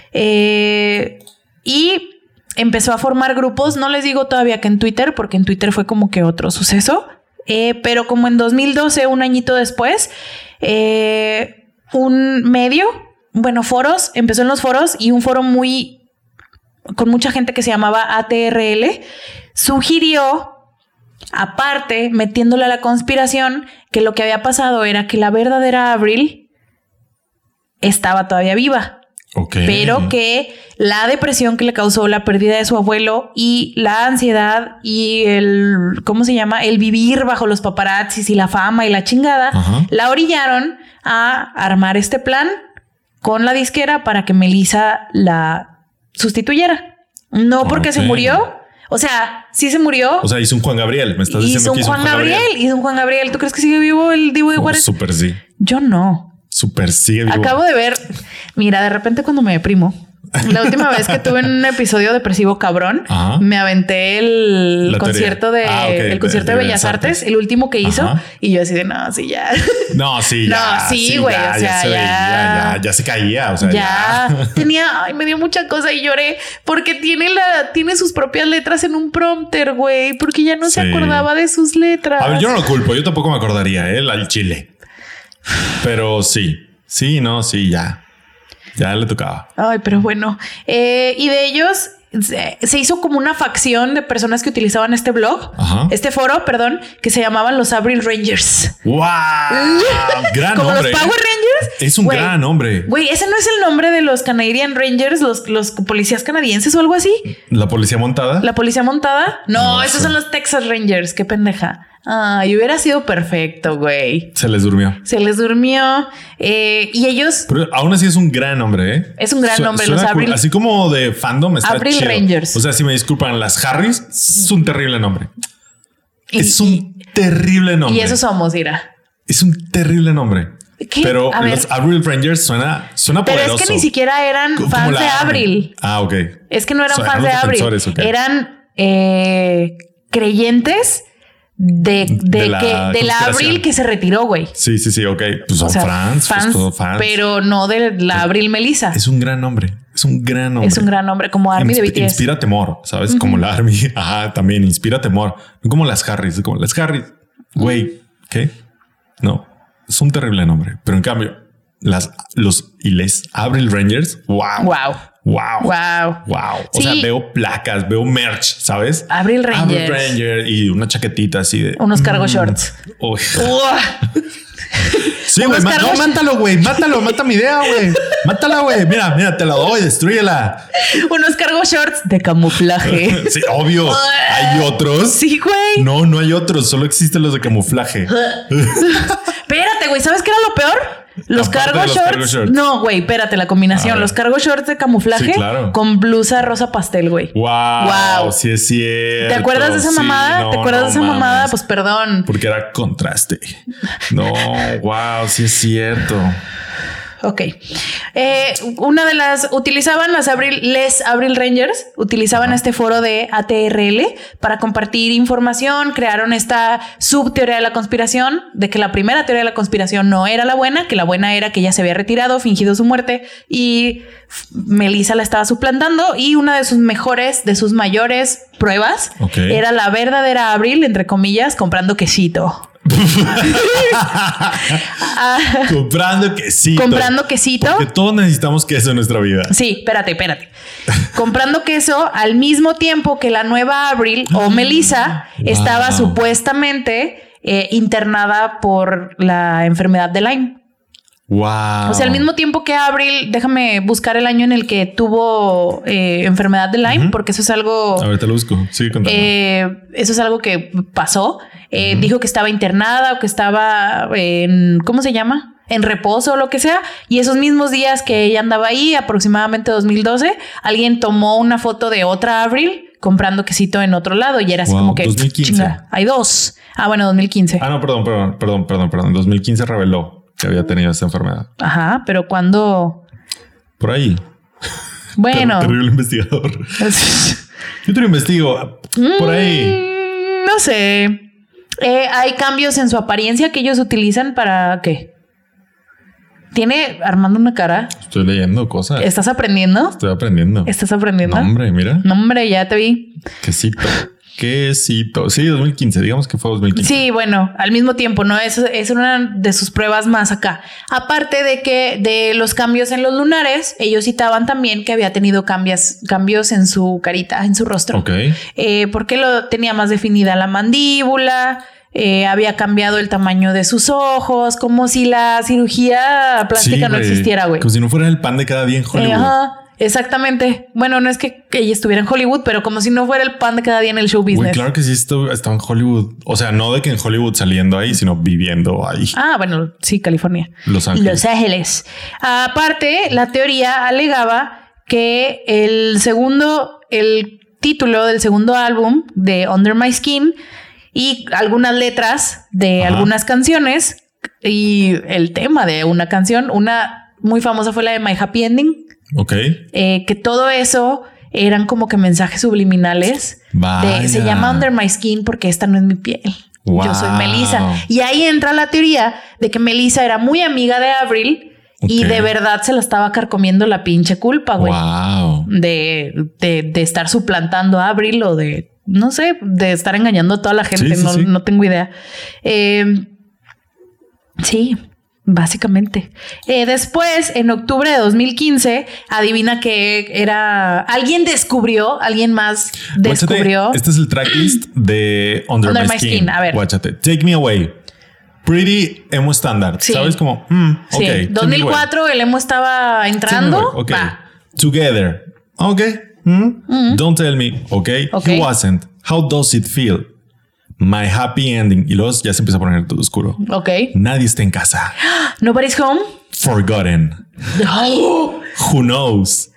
eh, y empezó a formar grupos. No les digo todavía que en Twitter, porque en Twitter fue como que otro suceso. Eh, pero como en dos mil doce, un añito después, eh, un medio, bueno, foros, empezó en los foros y un foro muy, con mucha gente que se llamaba A T R L, sugirió, aparte, metiéndole a la conspiración, que lo que había pasado era que la verdadera Avril estaba todavía viva. Okay. Pero que la depresión que le causó la pérdida de su abuelo y la ansiedad y el, ¿cómo se llama? El vivir bajo los paparazzis y la fama y la chingada, uh-huh. la orillaron a armar este plan con la disquera para que Melissa la sustituyera. No porque okay. se murió. O sea, sí se murió. O sea, hizo un Juan Gabriel. Me estás diciendo hizo que hizo un Juan, Juan Gabriel. Gabriel. Hizo un Juan Gabriel. ¿Tú crees que sigue vivo el Divo de oh, Juárez? Súper sí. Yo no. Súper sigue vivo. Acabo de ver, mira, de repente cuando me deprimo, la última vez que tuve un episodio depresivo cabrón, ajá. me aventé el la concierto de ah, okay. el concierto de, de, de Bellas Artes, Artes, el último que hizo, ajá. y yo así de no, sí ya. No, sí, ya. No, sí, güey, sí, o sea, ya se, ya, ya, ya, ya se caía, o sea, ya, ya. tenía, ay, me dio mucha cosa y lloré porque tiene la tiene sus propias letras en un prompter, güey, porque ya no sí. se acordaba de sus letras. A ver, yo no lo culpo, yo tampoco me acordaría, eh, al chile. Pero sí, sí, no, sí, ya. Ya le tocaba. Ay, pero bueno. Eh, y de ellos se, se hizo como una facción de personas que utilizaban este blog, ajá. este foro, perdón, que se llamaban los Avril Rangers. ¡Wow! Gran como nombre. Los Power Rangers. Es un wey, gran nombre. Güey, ese no es el nombre de los Canadian Rangers, los, los policías canadienses o algo así. ¿La policía montada? ¿La policía montada? No, no esos sé. Son los Texas Rangers. Qué pendeja. Ay, hubiera sido perfecto, güey. Se les durmió. Se les durmió. Eh, y ellos... Pero aún así es un gran nombre, ¿eh? Es un gran Su nombre. Los Avril... Así como de fandom está Avril chido. Rangers. O sea, si me disculpan, las Harris es un terrible nombre. Y, es un y, terrible nombre. Y eso somos, Ira. Es un terrible nombre. ¿Qué? Pero a los ver. Avril Rangers suena, suena Pero poderoso. Pero es que ni siquiera eran como fans de Avril. Ah, ok. Es que no eran so, fans de Avril. Okay. Eran eh, creyentes... De, de, de la, que, de la Avril que se retiró, güey. Sí, sí, sí, ok. Pues son o sea, fans, fans, pues todo fans. Pero no de la Avril Melissa. Es un gran nombre. Es un gran nombre. Es un gran nombre, como Army Insp- de B T S. Inspira temor, ¿sabes? Uh-huh. Como la Army. Ajá, también inspira temor. No como las Harris, como las Harris. Güey, uh-huh. ¿qué? No, es un terrible nombre. Pero en cambio, las, los y les Avril Rangers, wow. Wow. Wow. Wow. Wow. O sí. sea, veo placas, veo merch, ¿sabes? Avril Rangers. Avril Ranger y una chaquetita así de... Unos cargo mm, shorts. Oh. Sí, güey. Ma- no, mátalo, güey. Mátalo. Mata mi idea, güey. Mátala, güey. Mira, mira, te la doy. Destrúyela. Unos cargo shorts de camuflaje. Sí, obvio. ¿Hay otros? Sí, güey. No, no hay otros. Solo existen los de camuflaje. Espérate, güey. ¿Sabes qué era lo peor? Los cargo, los shorts, cargo shorts. No, güey, espérate, la combinación. Los cargo shorts de camuflaje sí, claro. con blusa rosa pastel, güey. Wow, wow. Sí es cierto. ¿Te acuerdas de esa mamada? Sí, no, ¿Te acuerdas no, de esa mames. mamada? Pues perdón. Porque era contraste. No, wow, sí es cierto. Ok. Eh, una de las utilizaban las Avril, les Avril Rangers, utilizaban Ajá. este foro de A T R L para compartir información. Crearon esta subteoría de la conspiración de que la primera teoría de la conspiración no era la buena, que la buena era que ella se había retirado, fingido su muerte y Melissa la estaba suplantando. Y una de sus mejores, de sus mayores pruebas okay. era la verdadera Avril, entre comillas, comprando quesito. ah, comprando quesito. Comprando quesito. Porque todos necesitamos queso en nuestra vida. Sí, espérate, espérate. Comprando queso al mismo tiempo que la nueva Avril o Melissa wow. estaba supuestamente eh, internada por la enfermedad de Lyme. Wow. O sea, al mismo tiempo que Avril, déjame buscar el año en el que tuvo eh, enfermedad de Lyme, uh-huh. porque eso es algo. A ver, te lo busco. Sigue contando. Eh, eso es algo que pasó. Eh, uh-huh. Dijo que estaba internada o que estaba en, ¿cómo se llama? En reposo o lo que sea. Y esos mismos días que ella andaba ahí, aproximadamente dos mil doce, alguien tomó una foto de otra Avril comprando quesito en otro lado y era así wow, como que dos mil quince. Chinga, hay dos. Ah, bueno, dos mil quince. Ah, no, perdón, perdón, perdón, perdón, perdón. dos mil quince reveló que había tenido esa enfermedad. Ajá, pero ¿cuándo? Por ahí. Bueno. Ter- terrible investigador. Yo te lo investigo. Por ahí. Mm, no sé. Eh, hay cambios en su apariencia que ellos utilizan para ¿qué? Tiene Armando una cara. Estoy leyendo cosas. ¿Estás aprendiendo? Estoy aprendiendo. ¿Estás aprendiendo? No, hombre, mira. No, hombre, ya te vi. Quesito. Quesito. Sí, dos mil quince. Digamos que fue dos mil quince. Sí, bueno, al mismo tiempo, ¿no? Es, es una de sus pruebas más acá. Aparte de que de los cambios en los lunares, ellos citaban también que había tenido cambios, cambios en su carita, en su rostro. Ok. Eh, porque lo tenía más definida la mandíbula. Eh, había cambiado el tamaño de sus ojos, como si la cirugía plástica Sí, no güey. existiera, güey. Como si no fuera el pan de cada día en Hollywood. Eh, ajá, exactamente. Bueno, no es que ella estuviera en Hollywood, pero como si no fuera el pan de cada día en el show business. Güey, claro que sí, esto estaba en Hollywood. O sea, no de que en Hollywood saliendo ahí, sino viviendo ahí. Ah, bueno, sí, California. Los Ángeles. Los Ángeles. Aparte, la teoría alegaba que el segundo, el título del segundo álbum de Under My Skin y algunas letras de Ajá. algunas canciones y el tema de una canción, una muy famosa fue la de My Happy Ending, Ok. eh, que todo eso eran como que mensajes subliminales. Vaya. De, se llama Under My Skin porque esta no es mi piel. Wow. Yo soy Melissa. Y ahí entra la teoría de que Melissa era muy amiga de Avril y Ok. de verdad se la estaba carcomiendo la pinche culpa, güey. Wow. De, de, de estar suplantando a Avril o de, no sé, de estar engañando a toda la gente. Sí, sí, no, sí. no tengo idea. Eh, sí. Básicamente. Eh, después, en octubre de dos mil quince, adivina que era... Alguien descubrió, alguien más descubrió... Guáchate, este es el tracklist de Under, Under My, My Skin. Skin, a ver. Guáchate. Take Me Away. Pretty emo standard. Sí. ¿Sabes? Como, mm, ok. Sí, Take Me dos mil cuatro el emo estaba Away. entrando. Take Me Away. Ok. Va. Together. Ok. Mm. Don't tell me. Ok. Ok. He wasn't. How does it feel? My happy ending. Y luego ya se empieza a poner todo oscuro. Ok. Nadie está en casa. Nobody's home. Forgotten. Who knows?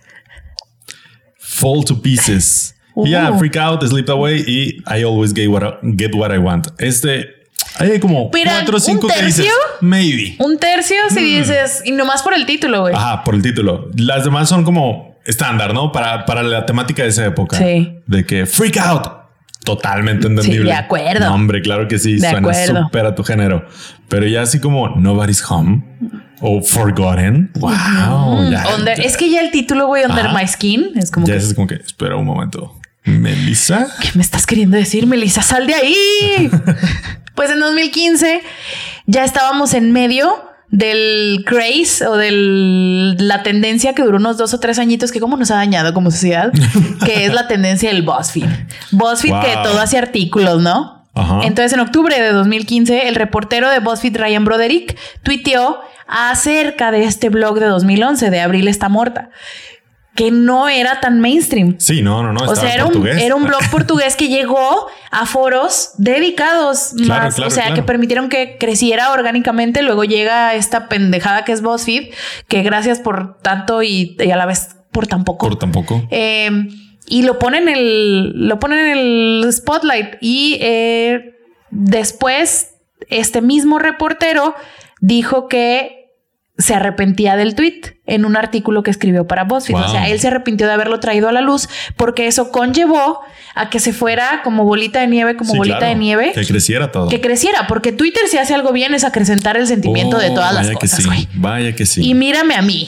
Fall to pieces. Uh. Yeah, freak out, sleep away y I always get what I, get what I want. Este, hay como Mira, cuatro o cinco ¿un que dices, tercio? maybe. Un tercio si dices, y nomás por el título, güey. Ajá, por el título. Las demás son como estándar, ¿no? Para, para la temática de esa época. Sí. De que freak out. Totalmente entendible. Sí, de acuerdo. No, hombre, claro que sí. De Suena acuerdo. súper a tu género. Pero ya así como Nobody's Home o Forgotten. Wow. Ya, Under- ya- es que ya el título, güey, Under Ajá. My Skin, es como ya que... es como que, espera un momento. Melissa. ¿Qué me estás queriendo decir, Melissa? ¡Sal de ahí! Pues en dos mil quince ya estábamos en medio del craze o de la tendencia que duró unos dos o tres añitos que como nos ha dañado como sociedad, que es la tendencia del BuzzFeed. BuzzFeed Wow. que todo hace artículos, ¿no? Ajá. Entonces en octubre de dos mil quince el reportero de BuzzFeed Ryan Broderick tuiteó acerca de este blog de dos mil once de Avril está muerta, que no era tan mainstream. Sí, no, no, no. O estaba sea, en era un, portugués. era un blog portugués que llegó a foros dedicados Claro, más, claro, o sea, claro. que permitieron que creciera orgánicamente. Luego llega esta pendejada que es BuzzFeed, que gracias por tanto y, y a la vez por tan poco. Por tampoco. Eh, y lo ponen en el, lo ponen en el spotlight y eh, después este mismo reportero dijo que se arrepentía del tweet en un artículo que escribió para BuzzFeed. Wow. O sea, él se arrepintió de haberlo traído a la luz porque eso conllevó a que se fuera como bolita de nieve, como Sí, bolita claro. de nieve. Que creciera todo. Que creciera, porque Twitter si hace algo bien es acrecentar el sentimiento Oh, de todas las vaya que cosas, sí. güey. Vaya que sí. Y mírame a mí.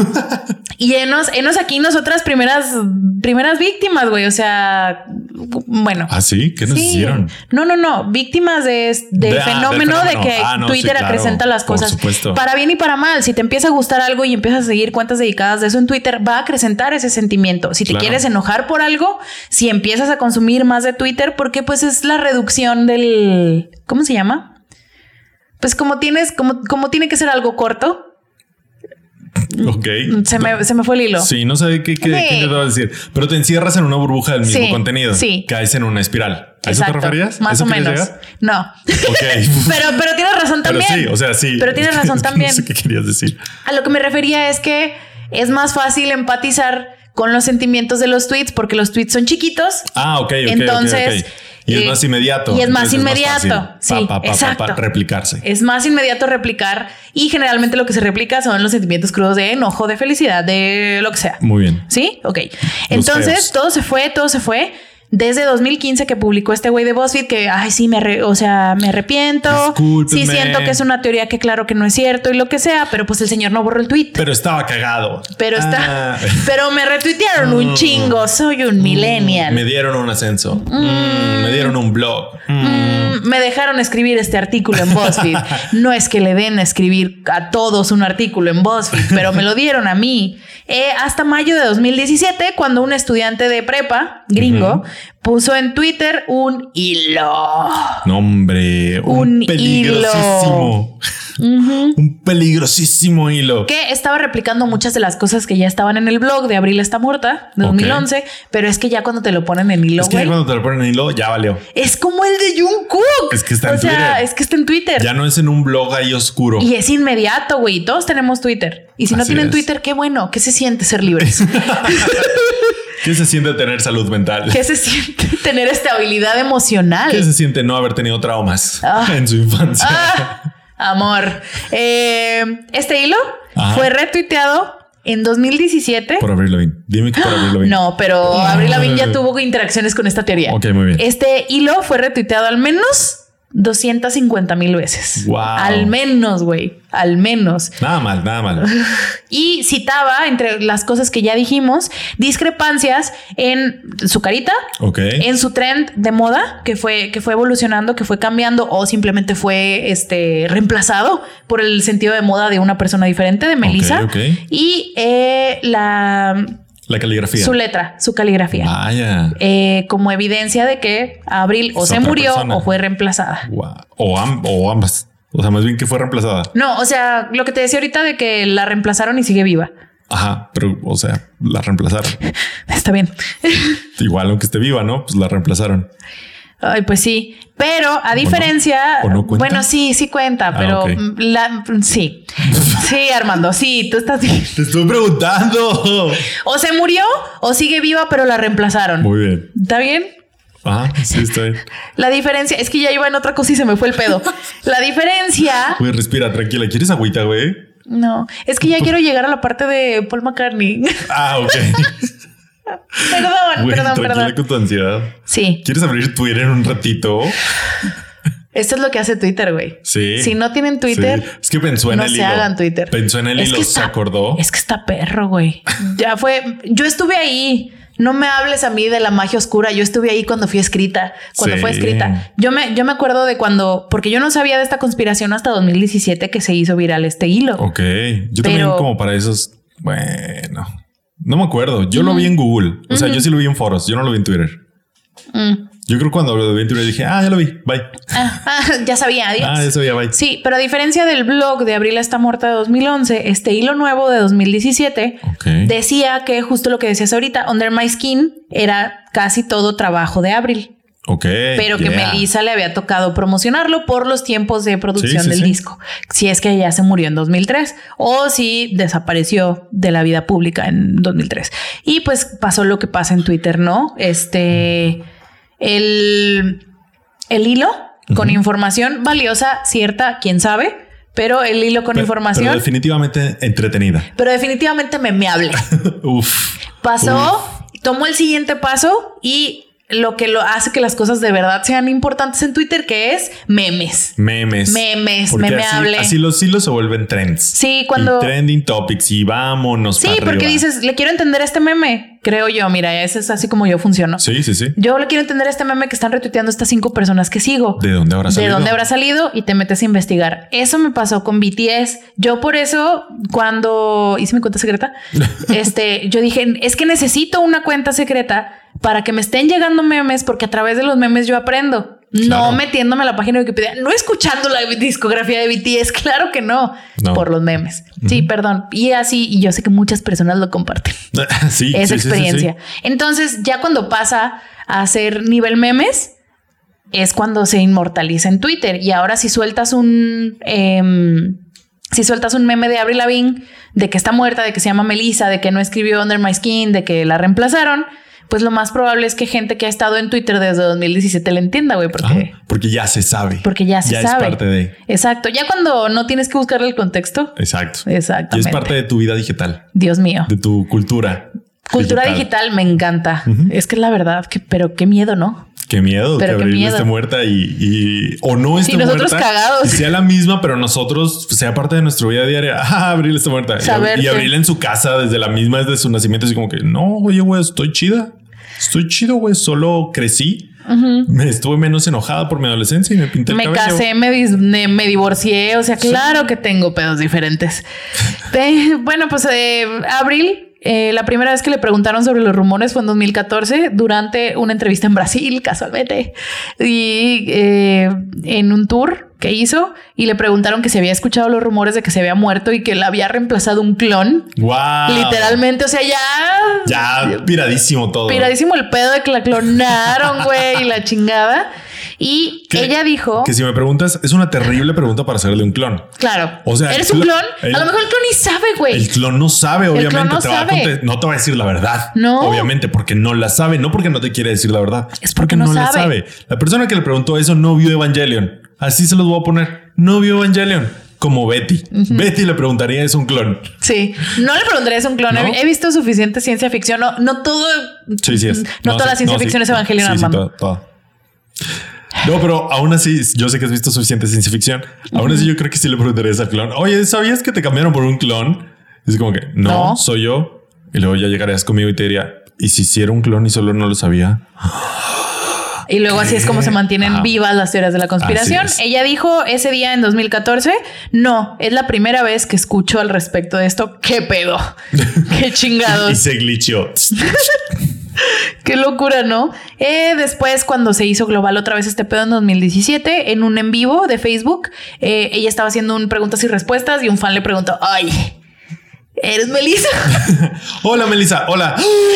Y enos, enos aquí nosotras primeras, primeras víctimas, güey. O sea, bueno. ¿Ah, sí? ¿Qué nos Sí. hicieron? No, no, no. Víctimas de, de De- ah, fenómeno del de fenómeno. que Ah, no, Twitter sí, claro. acrecenta las Por cosas. supuesto. Para bien y para mal. Si te empieza a gustar algo y empiezas a seguir cuentas dedicadas de eso en Twitter, va a acrecentar ese sentimiento. Si te Claro. quieres enojar por algo, si empiezas a consumir más de Twitter, porque pues es la reducción del... ¿Cómo se llama? Pues como tienes, como, como tiene que ser algo corto, Ok. se me, se me fue el hilo. Sí, no sé qué, qué, Sí. qué te voy a decir. Pero te encierras en una burbuja del mismo Sí, contenido. sí. Caes en una espiral. ¿A eso te Exacto, referías? ¿A más eso o querías menos. llegar? No. Ok. pero, pero tienes razón Pero también. sí, o sea, sí. Pero tienes razón también. No sé qué querías decir. A lo que me refería es que es más fácil empatizar con los sentimientos de los tweets porque los tweets son chiquitos. Ah, ok, ok. Entonces, ok, ok. Y es más inmediato. Y es más Entonces inmediato. Es más fácil. Sí, pa, pa, pa, exacto. pa, pa, replicarse. Es más inmediato replicar y generalmente lo que se replica son los sentimientos crudos de enojo, de felicidad, de lo que sea. Muy bien. ¿Sí? Ok. Entonces feos. todo se fue, todo se fue. Desde dos mil quince que publicó este güey de BuzzFeed que, ay, sí, me, arre- o sea, me arrepiento. Discúlpenme. Sí siento que es una teoría que claro que no es cierto y lo que sea, pero pues el señor no borró el tweet. Pero estaba cagado. Pero está, Ah. pero me retuitearon un chingo. Soy un millennial. Me dieron un ascenso. Mm, me dieron un blog. Mm. Mm, me dejaron escribir este artículo en BuzzFeed. No es que le den a escribir a todos un artículo en BuzzFeed, pero me lo dieron a mí. Eh, hasta mayo de dos mil diecisiete, cuando un estudiante de prepa gringo uh-huh. puso en Twitter un hilo. No, hombre, un, un peligrosísimo. Uh-huh. Un peligrosísimo hilo. Que estaba replicando muchas de las cosas que ya estaban en el blog de Abril está muerta, de dos mil once, okay. Pero es que ya cuando te lo ponen en hilo, es que güey, ya cuando te lo ponen en hilo, ya valió. Es como el de Jungkook. Es que está en o Twitter. Sea, es que está en Twitter. Ya no es en un blog ahí oscuro. Y es inmediato, güey. Todos tenemos Twitter. Y si Así no tienen es. Twitter, qué bueno. ¿Qué se siente ser libres? ¿Qué se siente tener salud mental? ¿Qué se siente tener estabilidad emocional? ¿Qué se siente no haber tenido traumas ah. en su infancia? Ah, amor. Eh, este hilo Ajá. fue retuiteado en dos mil diecisiete. Por Avril Lavigne. Dime que por Avril Lavigne. No, pero Avril Lavigne ya tuvo interacciones con esta teoría. Ok, muy bien. Este hilo fue retuiteado al menos doscientas cincuenta mil veces. Wow. Al menos, güey. Al menos. Nada mal, nada mal. Y citaba, entre las cosas que ya dijimos, discrepancias en su carita, okay. en su trend de moda, que fue, que fue evolucionando, que fue cambiando o simplemente fue este, reemplazado por el sentido de moda de una persona diferente, de Melissa. Okay, okay. Y eh, la... La caligrafía. Su letra, su caligrafía. Vaya. Eh, como evidencia de que Avril o es se murió persona. O fue reemplazada. Wow. O, am- o ambas. O sea, más bien que fue reemplazada. No, o sea, lo que te decía ahorita de que la reemplazaron y sigue viva. Ajá, pero, o sea, la reemplazaron. Está bien. Igual, aunque esté viva, ¿no? Pues la reemplazaron. Ay, pues sí. Pero a diferencia... ¿O no, ¿o no cuenta? Bueno, sí, sí cuenta, ah, pero okay. la, sí. Sí, Armando, sí, tú estás bien. Te estoy preguntando. O se murió o sigue viva, pero la reemplazaron. Muy bien. ¿Está bien? Ah, sí, está bien. La diferencia es que ya iba en otra cosa y se me fue el pedo. La diferencia... Güey, respira, tranquila. ¿Quieres agüita, güey? No, es que ya quiero llegar a la parte de Paul McCartney. Ah, ok. Perdón, Güey, perdón, tranquila perdón. con tu ansiedad. Sí. ¿Quieres abrir Twitter en un ratito? Esto es lo que hace Twitter, güey. Sí. Si no tienen Twitter, sí. Es que pensó en no el se hilo. hagan Twitter. Pensó en el es hilo, que se está, acordó. Es que está perro, güey. Ya fue. Yo estuve ahí. No me hables a mí de la magia oscura. Yo estuve ahí cuando fui escrita, cuando sí. fue escrita. Yo me, yo me acuerdo de cuando, porque yo no sabía de esta conspiración hasta dos mil diecisiete que se hizo viral este hilo. Ok. Yo Pero... también como para esos. Bueno, no me acuerdo. Yo mm. lo vi en Google. O sea, mm-hmm. yo sí lo vi en foros. Yo no lo vi en Twitter. Mm. Yo creo que cuando lo vi en Twitter dije, ah, ya lo vi. Bye. Ah, ah, ya sabía. Adiós. Ah, ya sabía. Bye. Sí, pero a diferencia del blog de Abril está muerta de dos mil once, este hilo nuevo de dos mil diecisiete okay. decía que justo lo que decías ahorita, Under My Skin era casi todo trabajo de Avril. Ok. Pero que yeah. Melissa le había tocado promocionarlo por los tiempos de producción sí, sí, del sí. disco. Si es que ella se murió en dos mil tres o si desapareció de la vida pública en dos mil tres. Y pues pasó lo que pasa en Twitter, ¿no? Este... El, el hilo uh-huh. con información valiosa, cierta, quién sabe, pero el hilo con pero, información. Pero definitivamente entretenida. Pero definitivamente memeable. Uf. Pasó, Uf. tomó el siguiente paso y lo que lo hace que las cosas de verdad sean importantes en Twitter, que es memes. Memes. Memes, porque memeable. Así, así los hilos se vuelven trends. Sí, cuando... Y trending topics y vámonos Sí, para porque arriba. dices, le quiero entender este meme. Creo yo, mira, ese es así como yo funciono. Sí, sí, sí. Yo le quiero entender este meme que están retuiteando estas cinco personas que sigo. ¿De dónde habrá salido? ¿De dónde habrá salido? Y te metes a investigar. Eso me pasó con B T S. Yo por eso, cuando hice mi cuenta secreta, este, yo dije, es que necesito una cuenta secreta para que me estén llegando memes, porque a través de los memes yo aprendo. Claro. No metiéndome a la página de Wikipedia, no escuchando la discografía de B T S, claro que no, no. por los memes. Uh-huh. Sí, perdón. Y así, y yo sé que muchas personas lo comparten. Sí, esa sí, experiencia. Sí, sí, sí. Entonces, ya cuando pasa a ser nivel memes, es cuando se inmortaliza en Twitter. Y ahora si sueltas un... Eh, si sueltas un meme de Avril Lavigne de que está muerta, de que se llama Melissa, de que no escribió Under My Skin, de que la reemplazaron, pues lo más probable es que gente que ha estado en Twitter desde dos mil diecisiete le entienda, güey, porque, ah, porque ya se sabe. Porque ya se ya sabe. Es parte de. Exacto. Ya cuando no tienes que buscarle el contexto. Exacto. Exactamente. Y es parte de tu vida digital. Dios mío. De tu cultura. Cultura digital, digital me encanta. Uh-huh. Es que es la verdad, que, pero qué miedo, ¿no? Qué miedo pero que Abril esté muerta y, y o no esté sí, nosotros muerta. Cagados. Y sea la misma, pero nosotros sea parte de nuestra vida diaria. Ah, Abril está muerta. Saber y Abril en su casa desde la misma desde su nacimiento, así como que no, oye, güey, estoy chida. Estoy chido, güey. Solo crecí. Uh-huh. Me estuve menos enojada por mi adolescencia y me pinté el me cabello. Me casé, me, dis- me, me divorcié. O sea, claro sí. que tengo pedos diferentes. Pe- bueno, pues eh, Abril. Eh, la primera vez que le preguntaron sobre los rumores fue en dos mil catorce durante una entrevista en Brasil, casualmente, y eh, en un tour que hizo y le preguntaron que si había escuchado los rumores de que se había muerto y que la había reemplazado un clon. Wow. Literalmente, o sea, ya... Ya piradísimo todo. Piradísimo el pedo de que la clonaron, güey, y la chingada. Y que, ella dijo... Que si me preguntas, es una terrible pregunta para hacerle un clon. Claro. O sea, ¿eres un clon? El, a lo mejor el clon ni sabe, güey. El clon no sabe, obviamente. El clon no, te sabe. Va a conte- no te va a decir la verdad. No. Obviamente, porque no la sabe. No porque no te quiere decir la verdad. Es porque, porque no, no la sabe. La persona que le preguntó eso no vio Evangelion. Así se los voy a poner. No vio Evangelion. Como Betty. Uh-huh. Betty le preguntaría, ¿es un clon? Sí. No le preguntaría, ¿es un clon? ¿No? He visto suficiente ciencia ficción. No, no todo... Sí, sí es. No, no toda sí, la ciencia no, ficción sí, es Evangelion, sí, Armando. Sí, toda, toda. No, pero aún así, yo sé que has visto suficiente ciencia ficción. Uh-huh. Aún así, yo creo que sí le preguntarías al clon. Oye, ¿sabías que te cambiaron por un clon? Es como que no, no. soy yo. Y luego ya llegarías conmigo y te diría, ¿y si hiciera un clon y solo no lo sabía? Y luego ¿Qué? Así es como se mantienen Ajá. vivas las teorías de la conspiración. Ella dijo ese día en dos mil catorce, no, es la primera vez que escucho al respecto de esto. ¿Qué pedo? ¿Qué chingados? Y se glitchó. Qué locura, ¿no? Eh, después, cuando se hizo global otra vez este pedo en dos mil diecisiete, en un en vivo de Facebook, eh, ella estaba haciendo un preguntas y respuestas y un fan le preguntó, ay, ¿eres Melissa? Hola, Melissa. Hola.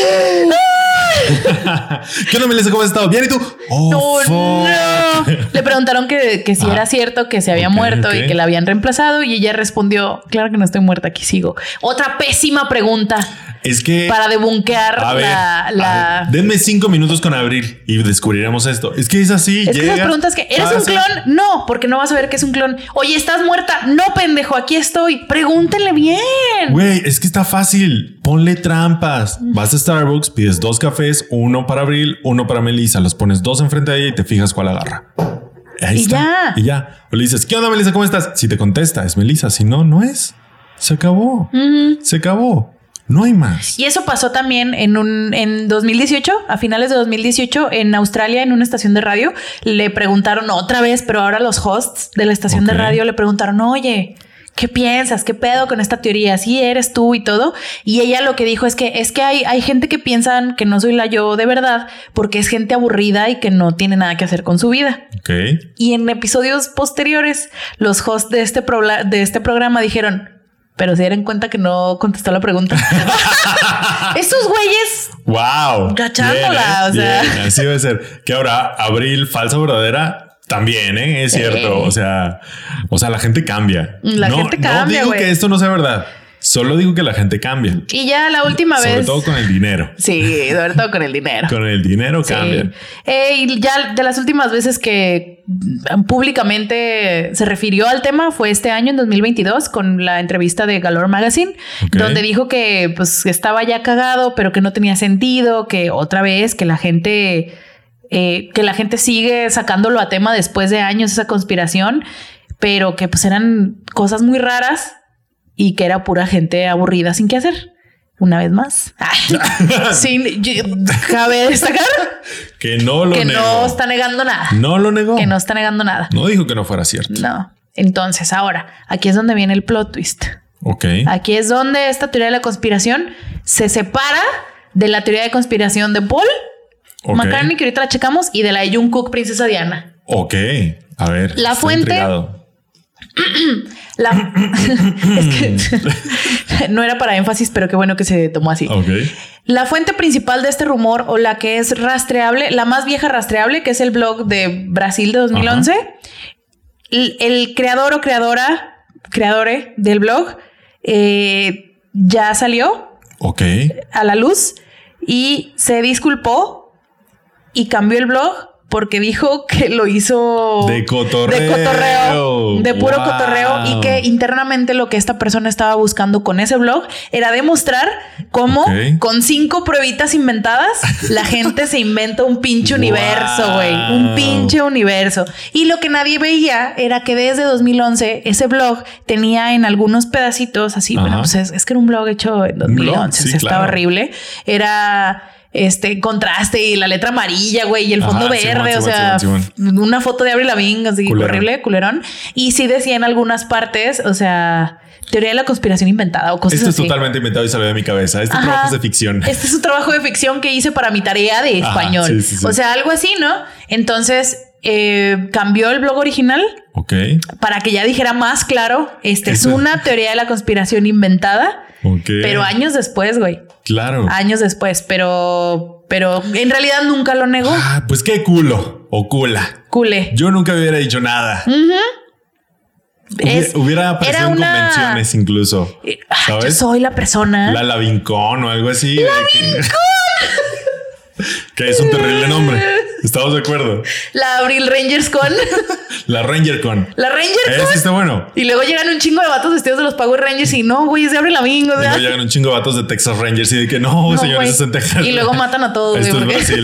¿Qué onda, Melissa? ¿Cómo has estado? ¿Bien? ¿Y tú? Oh, no, no. Le preguntaron que, que si ah, era cierto que se había okay, muerto okay. y que la habían reemplazado y ella respondió, claro que no estoy muerta, aquí sigo. Otra pésima pregunta. Es que... Para debunkear a ver, la... la... Ver, denme cinco minutos con Abril y descubriremos esto. Es que es así. Es que esas preguntas que... ¿Eres pasa? un clon? No, porque no vas a ver que es un clon. Oye, ¿estás muerta? No, pendejo, aquí estoy. Pregúntenle bien. Güey, es que está fácil. Ponle trampas. Vas a Starbucks, pides dos cafés, uno para Abril, uno para Melissa. Los pones dos enfrente de ella y te fijas cuál agarra. Ahí y está. ya. Y ya. O le dices, ¿qué onda, Melissa? ¿Cómo estás? Si te contesta, es Melissa. Si no, no es. Se acabó. Uh-huh. Se acabó. No hay más. Y eso pasó también en un en dos mil dieciocho, a finales de dos mil dieciocho, en Australia, en una estación de radio. Le preguntaron otra vez, pero ahora los hosts de la estación okay. de radio le preguntaron, oye, ¿qué piensas? ¿Qué pedo con esta teoría? ¿Sí eres tú y todo? Y ella lo que dijo es que es que hay, hay gente que piensan que no soy la yo de verdad porque es gente aburrida y que no tiene nada que hacer con su vida. Okay. Y en episodios posteriores, los hosts de este, pro, de este programa dijeron... Pero se dieron cuenta que no contestó la pregunta. Esos güeyes. Wow. Cachándola. Bien, ¿eh? O sea. Bien, así debe ser. Que ahora Abril, falsa o verdadera, también, ¿eh? Es cierto. Eh. O sea, o sea, la gente cambia. La no, gente cambia. No digo wey. que esto no sea verdad. Solo digo que la gente cambia. Y ya la última sobre vez. Sobre todo con el dinero. Sí, sobre todo con el dinero. Con el dinero sí. cambian. Eh, y ya de las últimas veces que públicamente se refirió al tema fue este año, en dos mil veintidós, con la entrevista de Galore Magazine, okay. donde dijo que pues estaba ya cagado, pero que no tenía sentido, que otra vez que la gente, eh, que la gente sigue sacándolo a tema después de años, esa conspiración, pero que pues eran cosas muy raras. Y que era pura gente aburrida sin qué hacer. Una vez más. sin, cabe destacar que no lo que negó. no está negando nada. No lo negó. Que no está negando nada. No dijo que no fuera cierto. No. Entonces, ahora, aquí es donde viene el plot twist. Ok. Aquí es donde esta teoría de la conspiración se separa de la teoría de conspiración de Paul okay. McCartney, que ahorita la checamos, y de la de Jungkook, Princesa Diana. Ok. A ver. La fuente... Intrigado. La... es que no era para énfasis, pero qué bueno que se tomó así. Okay. La fuente principal de este rumor, o la que es rastreable, la más vieja rastreable, que es el blog de Brasil de dos mil once. El, el creador o creadora, creadore del blog, eh, ya salió okay. a la luz. y se disculpó y cambió el blog porque dijo que lo hizo de cotorreo, de cotorreo, de puro wow. cotorreo, y que internamente lo que esta persona estaba buscando con ese blog era demostrar cómo okay. con cinco pruebitas inventadas la gente se inventa un pinche universo, güey, wow. un pinche universo. Y lo que nadie veía era que desde dos mil once ese blog tenía en algunos pedacitos así, Ajá. bueno, pues es, es que era un blog hecho en dos mil once, sí, o sea, estaba claro. horrible. Era este contraste y la letra amarilla, güey, y el fondo Ajá, verde, sí, o sí, sea, sí, sí, sí. una foto de Avril Lavigne, así Culerón. horrible, culerón. Y sí decía en algunas partes, o sea, teoría de la conspiración inventada o cosas Esto así. es totalmente inventado y salió de mi cabeza. Este Ajá. trabajo es de ficción. Este es un trabajo de ficción que hice para mi tarea de español. Ajá, sí, sí, sí. O sea, algo así, ¿no? Entonces eh, cambió el blog original. Ok. Para que ya dijera más claro, este es una teoría de la conspiración inventada. Okay. Pero años después, güey. Claro. Años después, pero, pero en realidad nunca lo negó. Ah, pues qué culo o cula. Cule. Yo nunca hubiera dicho nada. Uh-huh. Hubiera, es, hubiera aparecido en una... convenciones incluso. ¿Sabes? Yo soy la persona. La Lavincón o algo así. ¡Lavincón! Que es un terrible nombre. ¿Estamos de acuerdo? La Avril Rangers Con. La Ranger Con. La Ranger Con. Ese está bueno. Y luego llegan un chingo de vatos vestidos de los Power Rangers y no, güey, es de Avril Lavigne. O sea. Y luego llegan un chingo de vatos de Texas Rangers y de que no, no señores, es en Texas. Y luego matan a todos. Esto güey, es porque... Brasil.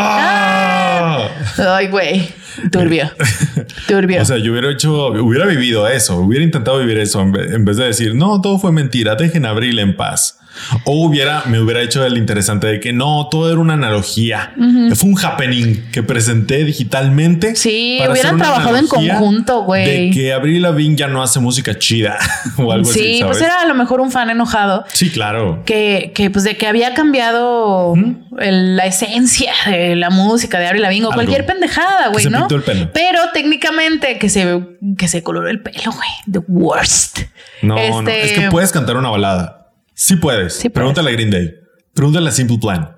¡Ah! Ay, güey. Turbio. Turbio. O sea, yo hubiera hecho, hubiera vivido eso, hubiera intentado vivir eso en vez de decir, no, todo fue mentira, dejen a Avril en paz. O hubiera, me hubiera hecho el interesante de que no, todo era una analogía. Uh-huh. Fue un happening que presenté digitalmente. Sí, para hubieran trabajado en conjunto, güey. De que Avril Lavigne ya no hace música chida o algo sí, así. Sí, pues era a lo mejor un fan enojado. Sí, claro. Que, que pues de que había cambiado ¿Mm? el, la esencia de la música de Avril Lavigne o algo. Cualquier pendejada, güey, ¿no? Se pintó el pelo. Pero técnicamente que se, que se coloró el pelo, güey. The worst. No, este... no, es que puedes cantar una balada. Sí puedes. Sí puedes. Pregúntale a Green Day. Pregúntale a Simple Plan.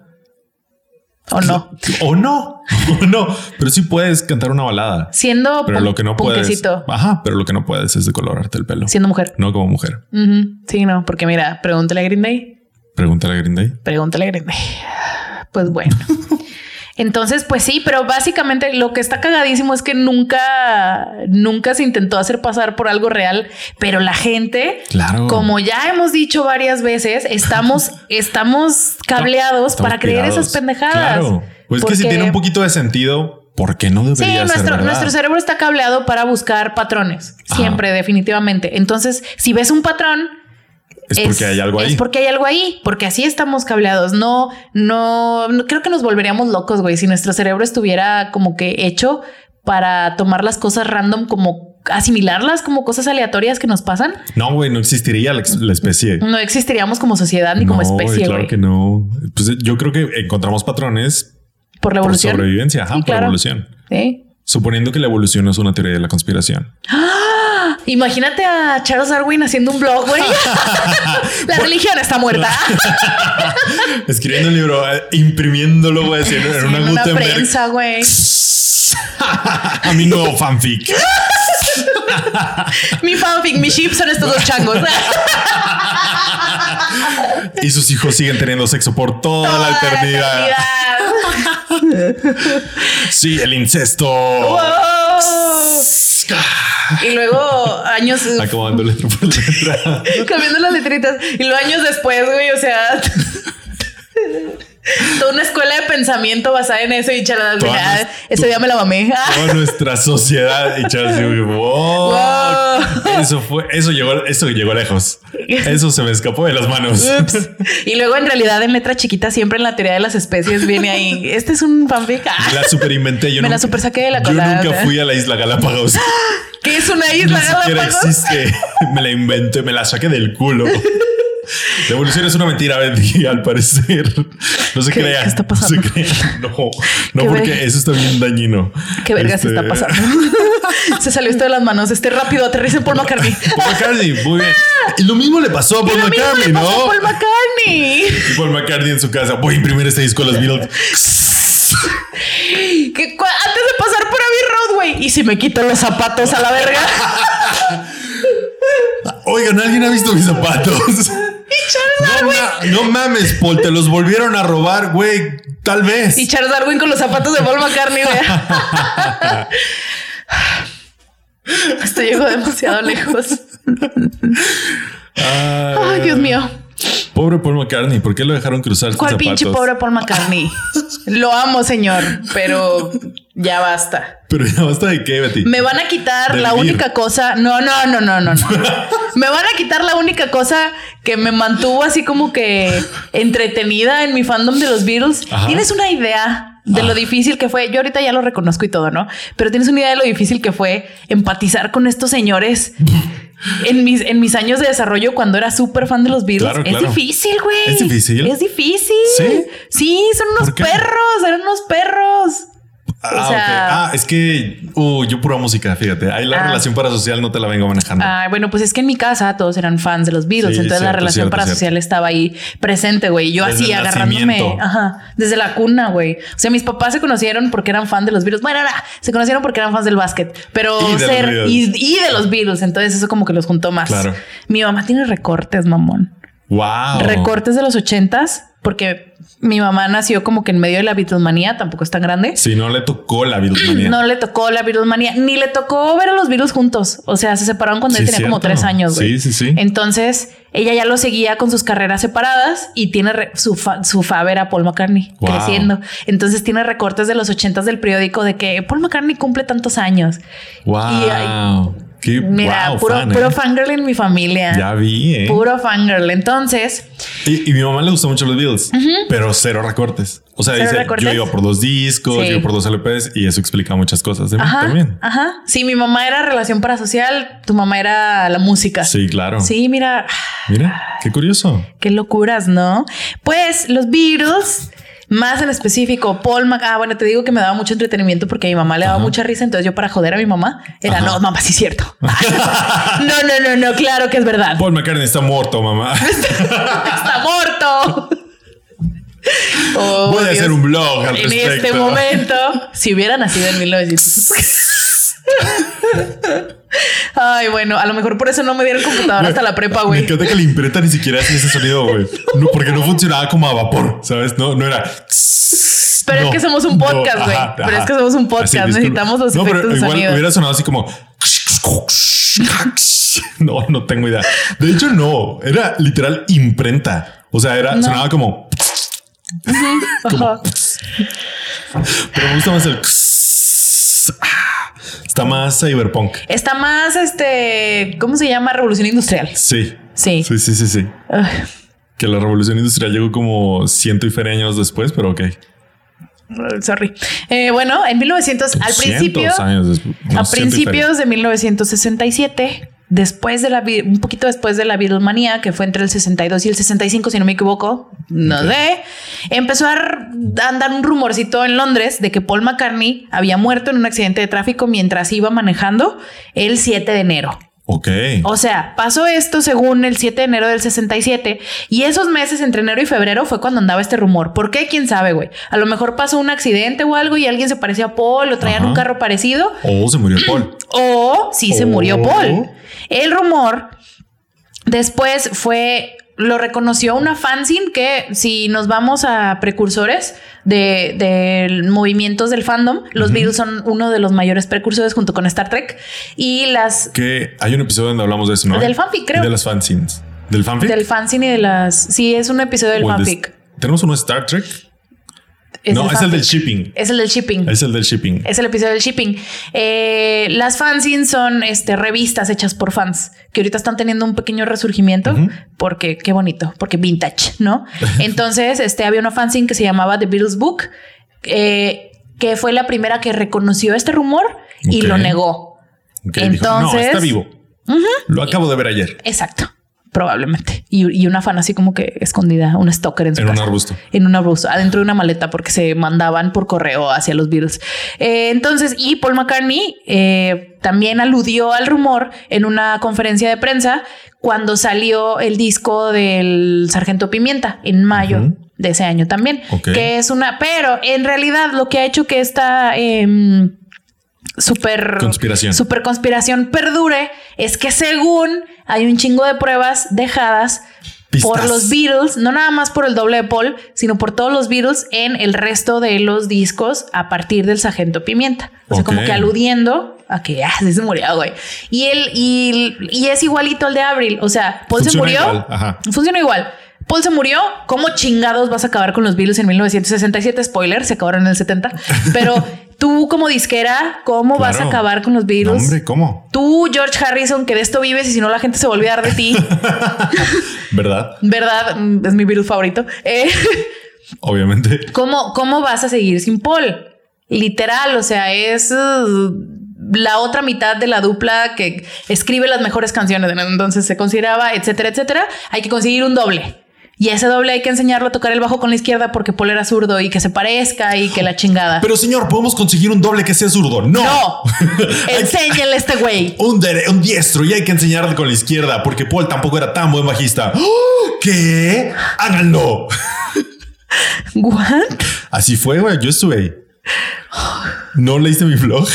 O no. O no. O no. Pero sí puedes cantar una balada. Siendo pero lo que no puedes. Punquecito. Ajá. Pero lo que no puedes es decolorarte el pelo. Siendo mujer. No como mujer. Uh-huh. Sí, no. Porque mira, pregúntale a Green Day. Pregúntale a Green Day. Pregúntale a Green Day. Pues bueno. Entonces, pues sí, pero básicamente lo que está cagadísimo es que nunca, nunca se intentó hacer pasar por algo real, pero la gente, claro. como ya hemos dicho varias veces, estamos, estamos cableados estamos para creer esas pendejadas. Claro, pues porque... es que si tiene un poquito de sentido, ¿por qué no debería sí, ser nuestro, verdad? Nuestro cerebro está cableado para buscar patrones, siempre, Ajá. definitivamente. Entonces, si ves un patrón, Es porque es, hay algo ahí. Es porque hay algo ahí, porque así estamos cableados. No, no, no creo que nos volveríamos locos, güey, si nuestro cerebro estuviera como que hecho para tomar las cosas random, como asimilarlas como cosas aleatorias que nos pasan. No, güey, no existiría la, la especie. No existiríamos como sociedad ni no, como especie, güey. Claro que no. Pues yo creo que encontramos patrones por la evolución. Por sobrevivencia, ajá, sí, por claro. evolución. Sí. Suponiendo que la evolución no es una teoría de la conspiración. ¡Ah! Imagínate a Charles Darwin haciendo un blog, güey. La religión está muerta. Escribiendo un libro, imprimiéndolo, güey, en, en sí, una en Gutenberg. Una prensa, güey. A mi nuevo fanfic. Mi fanfic, mi ship son estos dos changos. Y sus hijos siguen teniendo sexo por toda, toda la eternidad. La eternidad. Sí, el incesto. Wow. Y luego años acomodando letra por letra, cambiando las letritas. Y luego años después, güey, o sea, toda una escuela de pensamiento basada en eso. Y Charles, mira, ese día me la mamé. Toda nuestra sociedad. Y Charles, wow, wow. Eso fue, eso llegó, eso llegó lejos. Eso se me escapó de las manos. Ups. Y luego en realidad en letra chiquita siempre en la teoría de las especies viene ahí. Este es un fanfic. Me la super inventé. Yo me nunca, la super saqué de la Yo cola. nunca fui a la isla Galápagos. ¿Qué es una isla Ni Galápagos? siquiera existe. Me la inventé, me la saqué del culo. La evolución es una mentira, Betty, al parecer. No se ¿Qué, crea. ¿Qué está pasando? No se crea. No, no porque ver... eso está bien dañino. ¿Qué verga este... se está pasando? Se salió esto de las manos. Este rápido, aterriza en Paul McCartney. Paul McCartney, muy bien. Y lo mismo le pasó a Paul McCartney, ¿no? A Paul McCartney. Y Paul McCartney en su casa. Voy a imprimir este disco de los Beatles. Que antes de pasar por Abbey Road, güey. Y si me quito los zapatos a la verga. Oigan, ¿alguien ha visto mis zapatos? Y Charles Charles No, Darwin. ma- no mames, Paul, te los volvieron a robar, güey. Tal vez. Y Charles Darwin con los zapatos de Paul McCartney, güey. Esto llegó demasiado lejos. Ay, Ay, Dios mío. Pobre Paul McCartney, ¿por qué lo dejaron cruzar sus ¿Cuál zapatos? pinche pobre Paul McCartney? Lo amo, señor, pero ya basta. Pero ya basta de qué, Betty. Me van a quitar De la vivir. única cosa. No, no, no, no, no, no. Me van a quitar la única cosa que me mantuvo así como que entretenida en mi fandom de los Beatles. Ajá. ¿Tienes una idea de lo Ah. difícil que fue? Yo ahorita ya lo reconozco y todo, ¿no? Pero tienes una idea de lo difícil que fue empatizar con estos señores en mis, en mis años de desarrollo cuando era súper fan de los Beatles. Claro, es claro. difícil, güey. ¿Es difícil? Es difícil. ¿Sí? Sí, son unos ¿Por qué? perros, eran unos perros. Ah, o sea- ok. Ah, es que uh, yo pura música, fíjate. Ahí la Ah. relación parasocial no te la vengo manejando. Ah, bueno, pues es que en mi casa todos eran fans de los Beatles, Sí, entonces la cierto, relación cierto, parasocial cierto. estaba ahí presente, güey. Yo Desde así el agarrándome, nacimiento. ajá, desde la cuna, güey. O sea, mis papás se conocieron porque eran fan de los Beatles. Bueno, no, se conocieron porque eran fans del básquet, pero Y de los ser Beatles. y, y de los Beatles, entonces eso como que los juntó más. Claro. Mi mamá tiene recortes, mamón. Wow. Recortes de los ochentas, porque mi mamá nació como que en medio de la Beatlemanía, tampoco es tan grande. Si no le tocó la Beatlemanía. No le tocó la Beatlemanía, ni le tocó ver a los Beatles juntos. O sea, se separaron cuando Sí, él tenía como cierto. tres años, güey. Sí, sí, sí. Entonces, ella ya lo seguía con sus carreras separadas y tiene re- su, fa- su fave era Paul McCartney Wow. creciendo. Entonces tiene recortes de los ochentas del periódico de que Paul McCartney cumple tantos años. Wow. Y, ay, Qué Mira, wow, puro, fan, puro ¿eh? fangirl en mi familia. Ya vi, eh. Puro fangirl. Entonces, Y, y mi mamá le gustó mucho los Beatles, pero cero recortes. O sea, ¿Cero dice, recortes? yo iba por dos discos, Sí. yo iba por dos L Ps y eso explica muchas cosas de mí ajá, también. ajá. Sí, mi mamá era relación parasocial, tu mamá era la música. Sí, claro. Sí, mira, Mira, qué curioso. qué locuras, ¿no? Pues los Beatles, más en específico, Paul Mac. Ah, bueno, te digo que me daba mucho entretenimiento porque a mi mamá le daba Ajá. mucha risa. Entonces yo, para joder a mi mamá, era Ajá. no, mamá, sí es cierto. no, no, no, no, claro que es verdad. Paul McCartney está muerto, mamá. Está muerto. Oh, Voy a Dios. hacer un blog al En respecto. este momento, si hubiera nacido en mil novecientos. Ay, bueno, a lo mejor por eso no me dieron computadora hasta la prepa, Me güey. encanta que la imprenta ni siquiera hacía ese sonido, güey. No, porque no funcionaba como a vapor, ¿sabes? No, no era. Pero No, es que somos un no, podcast, güey. ajá, Pero ajá. es que somos un podcast. Así, disculpa. Necesitamos los no, efectos pero de igual sonido. hubiera sonado así como. No, no tengo idea. De hecho, no. Era literal imprenta. O sea, era No. sonaba como. como Ajá. pero me gusta más el. Está más cyberpunk. Está más, este, ¿cómo se llama? Revolución industrial. Sí. Sí. Sí, sí, sí, sí. Ay, Que la revolución industrial llegó como ciento y feria años después, pero ok. sorry. Eh, bueno, en mil novecientos, al principio, Cientos años después. No, a ciento y feria. principios de mil novecientos sesenta y siete, después de la, Be- un poquito después de la Beatlemanía, que fue entre el sesenta y dos y el sesenta y cinco, si no me equivoco, no Ok. sé, empezó a r- a andar un rumorcito en Londres de que Paul McCartney había muerto en un accidente de tráfico mientras iba manejando el siete de enero. Ok. O sea, pasó esto según el siete de enero del sesenta y siete y esos meses entre enero y febrero fue cuando andaba este rumor. ¿Por qué? ¿Quién sabe, güey? A lo mejor pasó un accidente o algo y alguien se parecía a Paul o traían Ajá. un carro parecido O se murió Paul. o sí se O- murió Paul. El rumor después fue... Lo reconoció una fanzine que, si nos vamos a precursores de, de movimientos del fandom, los Ujú. Beatles son uno de los mayores precursores junto con Star Trek y las Que hay un episodio donde hablamos de eso, ¿no? Del fanfic, creo. Y de las fanzines. ¿Del fanfic? del fanzine y de las... Sí, es un episodio del O el de- fanfic. ¿Tenemos uno de Star Trek? Es no, el es el fanfic. del shipping. Es el del shipping. Es el del shipping. Es el episodio del shipping. Eh, las fanzines son este, revistas hechas por fans que ahorita están teniendo un pequeño resurgimiento Ujú. porque qué bonito, porque vintage, ¿no? Entonces, este, había una fanzine que se llamaba The Beatles Book, eh, que fue la primera que reconoció este rumor y Ok. lo negó. Ok, dijo, no, Entonces- está vivo. Lo acabo de ver ayer. Exacto. Probablemente. Y, y una fan así como que escondida, un stalker en su En un casa. arbusto. En un arbusto, adentro de una maleta porque se mandaban por correo hacia los Beatles. Eh, entonces, y Paul McCartney eh, también aludió al rumor en una conferencia de prensa cuando salió el disco del Sargento Pimienta en mayo Ujú. de ese año también. Ok. Que es una... Pero en realidad lo que ha hecho que esta... Eh, super Conspiración. super conspiración perdure es que según hay un chingo de pruebas dejadas Pistas. por los Beatles, no nada más por el doble de Paul, sino por todos los Beatles en el resto de los discos a partir del Sargento Pimienta. O sea, Ok. como que aludiendo a que ah, sí se murió, güey. Y él, y, y es igualito al de Avril. O sea, Paul Funciona se murió. igual, ajá. Funciona igual. Paul se murió. ¿Cómo chingados vas a acabar con los Beatles en mil novecientos sesenta y siete? Spoiler, se acabaron en el setenta. Pero tú como disquera, ¿cómo vas a Claro. acabar con los No, Beatles? hombre, ¿cómo? Tú, George Harrison, que de esto vives y si no la gente se va a olvidar de ti. ¿Verdad? ¿Verdad? Mm, Es mi Beatles favorito. Eh, Obviamente. ¿cómo, ¿Cómo vas a seguir sin Paul? Literal, o sea, es uh, la otra mitad de la dupla que escribe las mejores canciones. Entonces se consideraba, etcétera, etcétera. Hay que conseguir un doble. Y a ese doble hay que enseñarlo a tocar el bajo con la izquierda porque Paul era zurdo y que se parezca y que la chingada. Pero señor, ¿podemos conseguir un doble que sea zurdo? No. No, enséñale a este güey. Un, dere- un diestro y hay que enseñarle con la izquierda porque Paul tampoco era tan buen bajista. ¡Oh! ¿Qué? Háganlo. ¿What? Así fue, güey. Yo estuve ahí. ¿No leíste mi blog?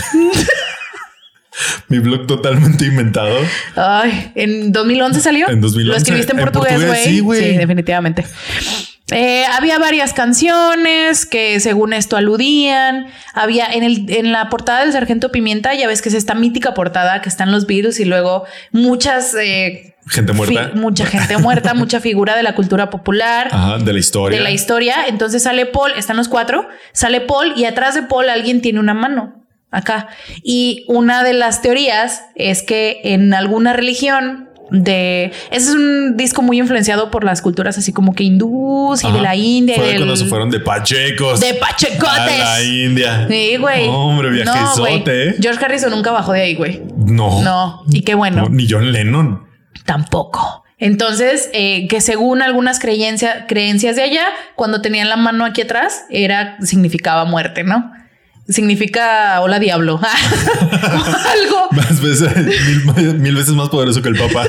Mi blog totalmente inventado. Ay, ¿en dos mil once salió? En dos mil once. Lo escribiste en, En portugués, portugués, güey. sí, güey. Sí, definitivamente. Eh, había varias canciones que según esto aludían. Había en, el, en la portada del Sargento Pimienta, ya ves que es esta mítica portada que están los Beatles y luego muchas... Eh, Gente muerta. fi- mucha gente muerta, mucha figura de la cultura popular. Ajá, de la historia. De la historia. Entonces sale Paul, están los cuatro, sale Paul y atrás de Paul alguien tiene una mano acá. Y una de las teorías es que en alguna religión de... Ese es un disco muy influenciado por las culturas así como que hindús y Ajá. de la India. Fue y del- cuando se fueron de pachecos. De pachecotes. A la India. Sí, güey. Hombre, viajezote, No, güey. ¿eh? George Harrison nunca bajó de ahí, güey. No. No. Y qué bueno. No, ni John Lennon. Tampoco. Entonces, eh, que según algunas creencia, creencias de allá, cuando tenían la mano aquí atrás, era, significaba muerte, ¿no? Significa hola diablo. Algo. Más veces, mil, mil veces más poderoso que el Papa.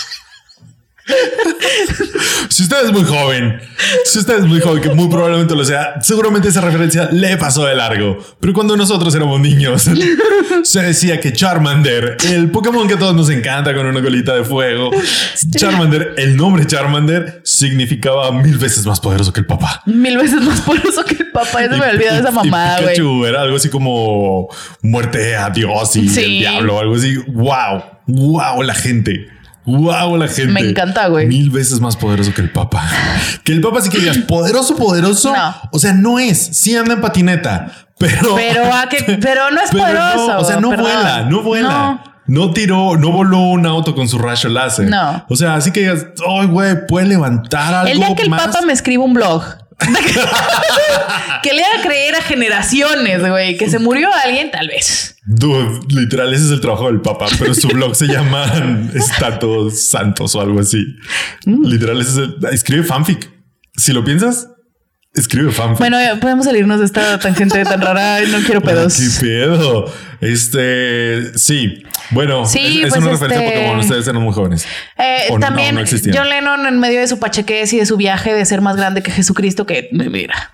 Si usted es muy joven, si usted es muy joven, que muy probablemente lo sea, seguramente esa referencia le pasó de largo. Pero cuando nosotros éramos niños, se decía que Charmander, el Pokémon que a todos nos encanta con una colita de fuego, Charmander, el nombre Charmander significaba mil veces más poderoso que el Papa. Mil veces más poderoso que el papá. Ya se me olvidó de esa mamada, y güey. Pikachu era algo así como muerte a Dios y Sí. el diablo, algo así. Wow, wow, la gente. Wow, la gente. Me encanta, güey. Mil veces más poderoso que el Papa. Que el Papa sí que digas poderoso, poderoso. No. O sea, no es. Sí anda en patineta, pero. Pero, ¿a qué? Pero no es pero poderoso. no, o sea, no perdón. vuela, no vuela. No. No tiró, no voló un auto con su rayo láser. No. O sea, así que digas, ay, güey, puede levantar algo El día que el más. Papa me escriba un blog. Que le haga creer a generaciones, güey, que se murió alguien, tal vez. Dude, literal, ese es el trabajo del Papa, pero su blog se llama Estatos Santos o algo así. Mm. Literal, ese es el, escribe fanfic. Si lo piensas, escribe fanfic. Bueno, ya podemos salirnos de esta tangente tan rara. No quiero pedos. ¿Qué pedo? Este, sí. Bueno, Sí, es, es pues una referencia este- a Pokémon. Ustedes eran muy jóvenes. Eh, O no, también no existían. John Lennon en medio de su pachequez y de su viaje de ser más grande que Jesucristo, que mira,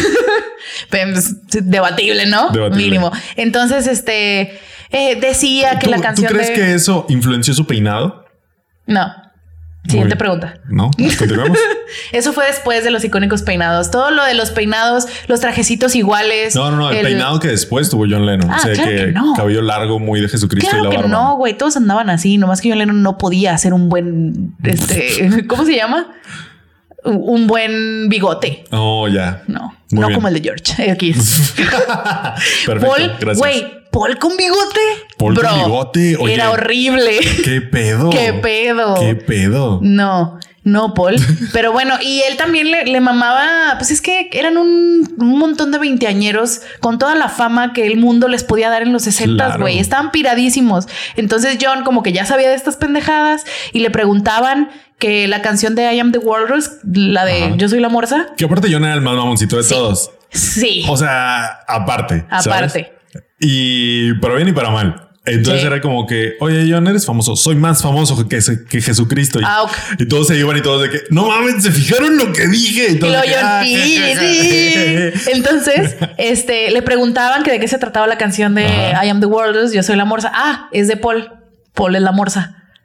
pues, debatible, ¿no? Debatible. Mínimo. Entonces, este eh, decía que ¿Tú, la canción ¿Tú crees de... que eso influenció su peinado? No. Siguiente Muy- pregunta. No, continuamos. Eso fue después de los icónicos peinados. Todo lo de los peinados, los trajecitos iguales. No, no, no. El, peinado que después tuvo John Lennon. Ah, o sea, claro que, que no. cabello largo, muy de Jesucristo Claro y la que barba. no, güey. Todos andaban así. Nomás que John Lennon no podía hacer un buen, este, ¿cómo se llama? Un buen bigote. Oh, ya. No, Muy no bien. como el de George. X. Perfecto. Paul, Gracias. güey, Paul con bigote. Paul con Bro, bigote, oye. Era horrible. ¿Qué pedo? ¿Qué pedo? ¿Qué pedo? No, no, Paul. Pero bueno, y él también le, le mamaba, pues es que eran un, un montón de veinteañeros con toda la fama que el mundo les podía dar en los sesentas, Claro. güey. Estaban piradísimos. Entonces John como que ya sabía de estas pendejadas y le preguntaban que la canción de I Am the Walrus, la de Ajá. Yo soy la morsa. Que aparte John era el más mamoncito de Sí. todos. Sí. O sea, aparte. ¿sabes? Aparte. Y para bien y para mal. Entonces Sí. era como que, oye, John, eres famoso. Soy más famoso que, que Jesucristo. Y, Ah, ok. y todos se iban y todos de que, no mames, ¿se fijaron lo que dije? Y Y todos lo de que, "Ah, sí, je, je, je". sí. Entonces, este, le preguntaban que de qué se trataba la canción de Ajá. I Am the Walrus, Yo soy la morsa. Ah, es de Paul. Paul es la morsa.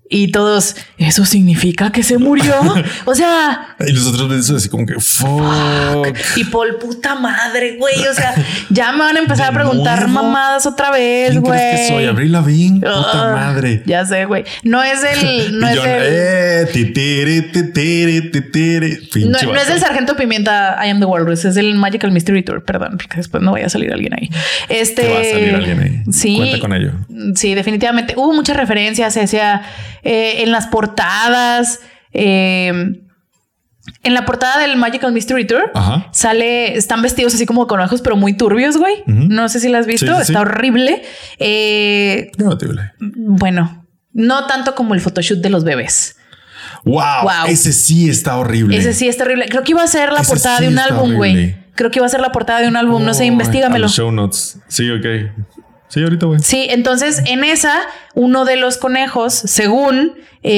Y todos, ¿eso significa que se murió? O sea... Y los otros ven así como que... Fuck. Y Paul, puta madre, güey. O sea, ya me van a empezar ¿De a preguntar nuevo? mamadas otra vez, ¿Quién güey. crees que soy? ¿Avril Lavigne? Puta Ah, madre. Ya sé, güey. No es el... No Y es John, el... eh, titiri, titiri, titiri. No, Pinche no es vato. el Sargento Pimienta I Am the Walrus, es el Magical Mystery Tour, perdón, porque después no vaya a salir alguien ahí. Este Que va a salir alguien ahí. Sí, Cuenta con ello. Sí, definitivamente. Hubo muchas referencias, se decía eh, en las portadas. Eh, en la portada del Magical Mystery Tour Ajá. sale, están vestidos así como con ojos, pero muy turbios, güey. Ujú. No sé si la has visto, Sí, sí, está sí. horrible. Eh, Debatible. bueno, no tanto como el photoshoot de los bebés. Wow, Wow. ese sí está horrible. Ese sí es terrible. Creo que iba a ser la Ese portada sí de un está álbum, güey. horrible. Creo que iba a ser la portada de un álbum. No sé, Oh, investígamelo. a los show notes. Sí, ok. Sí, ahorita, güey. Sí, entonces en esa, uno de los conejos, según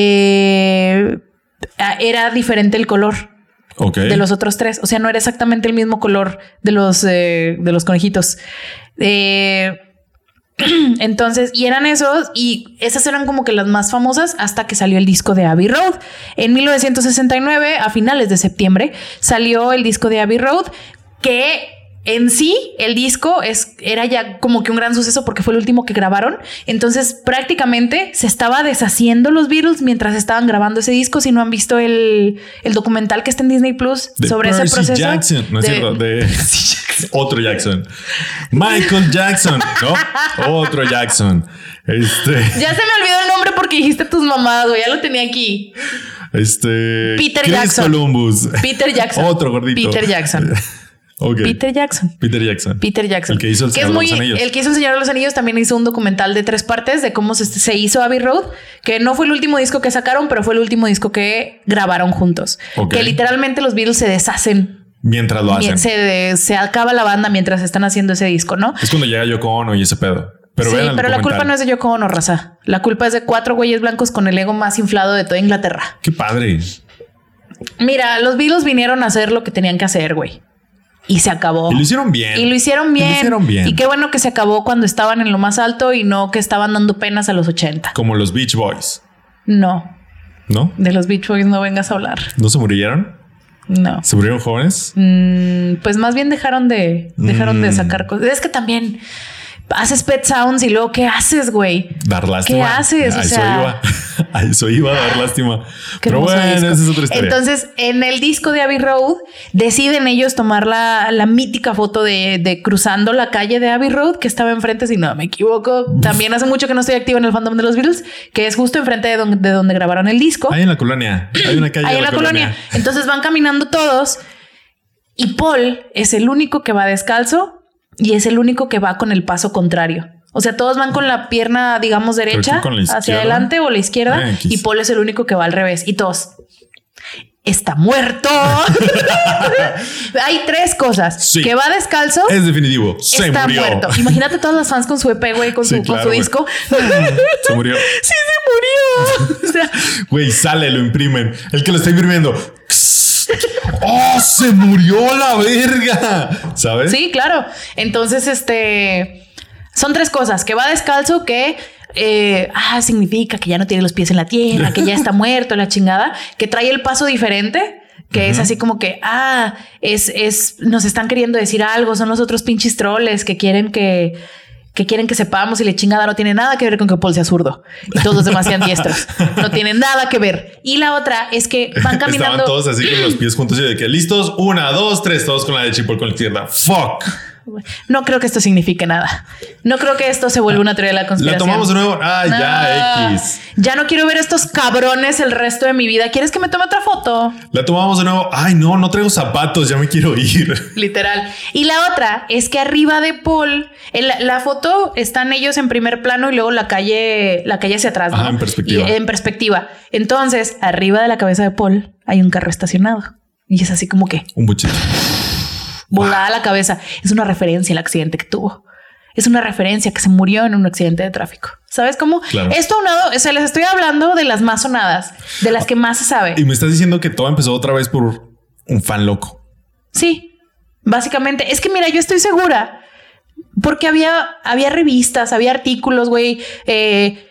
eh, era diferente el color Ok. de los otros tres. O sea, no era exactamente el mismo color de los, eh, de los conejitos. Eh, Entonces, y eran esos, y esas eran como que las más famosas hasta que salió el disco de Abbey Road. En mil novecientos sesenta y nueve, a finales de septiembre, salió el disco de Abbey Road, que en sí el disco es, era ya como que un gran suceso porque fue el último que grabaron. Entonces, prácticamente se estaba deshaciendo los Beatles mientras estaban grabando ese disco. Si no han visto el, el documental que está en Disney Plus De sobre Percy ese proceso. Jackson. No es de- cierto. De Percy Jackson. otro Jackson. Michael Jackson. No, otro Jackson. Este, Ya se me olvidó el nombre porque dijiste tus mamadas, güey. Ya lo tenía aquí. este. Peter Chris Jackson. Columbus. Peter Jackson. Otro gordito. Peter Jackson. Ok. Peter Jackson. Peter Jackson. Peter Jackson. El que hizo El que es Señor de muy, los Anillos. El que hizo El Señor de los Anillos también hizo un documental de tres partes de cómo se, se hizo Abbey Road, que no fue el último disco que sacaron, pero fue el último disco que grabaron juntos. Ok. Que literalmente los Beatles se deshacen. Mientras lo hacen. Se, se acaba la banda mientras están haciendo ese disco, ¿no? Es cuando llega Yoko Ono y ese pedo. Pero sí, vean el pero la culpa documental. no es de Yoko Ono, raza. La culpa es de cuatro güeyes blancos con el ego más inflado de toda Inglaterra. Qué padre. Mira, los Beatles vinieron a hacer lo que tenían que hacer, güey. Y se acabó. Y lo hicieron bien. Y lo hicieron bien. Y lo hicieron bien. Y qué bueno que se acabó cuando estaban en lo más alto y no que estaban dando penas a los ochenta. Como los Beach Boys. No, ¿No? de los Beach Boys no vengas a hablar. ¿No se murieron? No. ¿Se murieron jóvenes? Mm, pues más bien dejaron de dejaron de Mm. sacar cosas. Es que también haces Pet Sounds y luego ¿qué haces, güey? Dar lástima. ¿Qué haces? A O eso sea- iba. A eso iba a dar lástima. Qué Pero hermoso bueno, disco. esa es otra historia. Entonces, en el disco de Abbey Road, deciden ellos tomar la, la mítica foto de, de cruzando la calle de Abbey Road, que estaba enfrente, si no me equivoco. También hace mucho que no estoy activo en el fandom de los Beatles, que es justo enfrente de donde, de donde grabaron el disco. Ahí en la colonia. Hay una calle Ahí de en la colonia. Entonces van caminando todos y Paul es el único que va descalzo y es el único que va con el paso contrario. O sea, todos van con la pierna, digamos, derecha que con la hacia izquierda. adelante o la izquierda Ah, X. y Paul es el único que va al revés y todos está muerto. Hay tres cosas. Sí. Que va descalzo. Es definitivo. Se está murió. muerto. Imagínate todos los fans con su E P, güey, con, Sí, su, con claro, su güey. disco. Se murió. Sí, se murió. O sea, Güey, sale, lo imprimen. El que lo está imprimiendo. ¡Oh, se murió la verga! ¿Sabes? sí, claro. Entonces, este son tres cosas: que va descalzo, que eh, ah, significa que ya no tiene los pies en la tierra, que ya está muerto, la chingada, que trae el paso diferente. Que es así como que, ah, es, es, nos están queriendo decir algo, son los otros pinches troles que quieren que, que quieren que sepamos y la chingada no tiene nada que ver con que Paul sea zurdo y todos los demás sean diestros. No tiene nada que ver. Y la otra es que van caminando. Estaban todos así con los pies juntos y de que listos, una, dos, tres, todos con la derecha y Paul con la izquierda. Fuck. No creo que esto signifique nada. No creo que esto se vuelva una teoría de la conspiración. La tomamos de nuevo. Ah, No. ya, X. Ya no quiero ver estos cabrones el resto de mi vida. ¿Quieres que me tome otra foto? La tomamos de nuevo. Ay, no, no traigo zapatos, ya me quiero ir. Literal. Y la otra es que arriba de Paul, en la, la foto están ellos en primer plano y luego la calle, la calle hacia atrás, ¿no? Ajá, en perspectiva. Y, en perspectiva. Entonces, arriba de la cabeza de Paul hay un carro estacionado. Y es así como que Un buchito. volada la cabeza. Es una referencia al accidente que tuvo. Es una referencia que se murió en un accidente de tráfico. ¿Sabes cómo? Claro. Esto aunado, o sea, les estoy hablando de las más sonadas, de las que más se sabe. Y me estás diciendo que todo empezó otra vez por un fan loco. Sí, básicamente. Es que mira, yo estoy segura porque había, había revistas, había artículos, güey. Eh,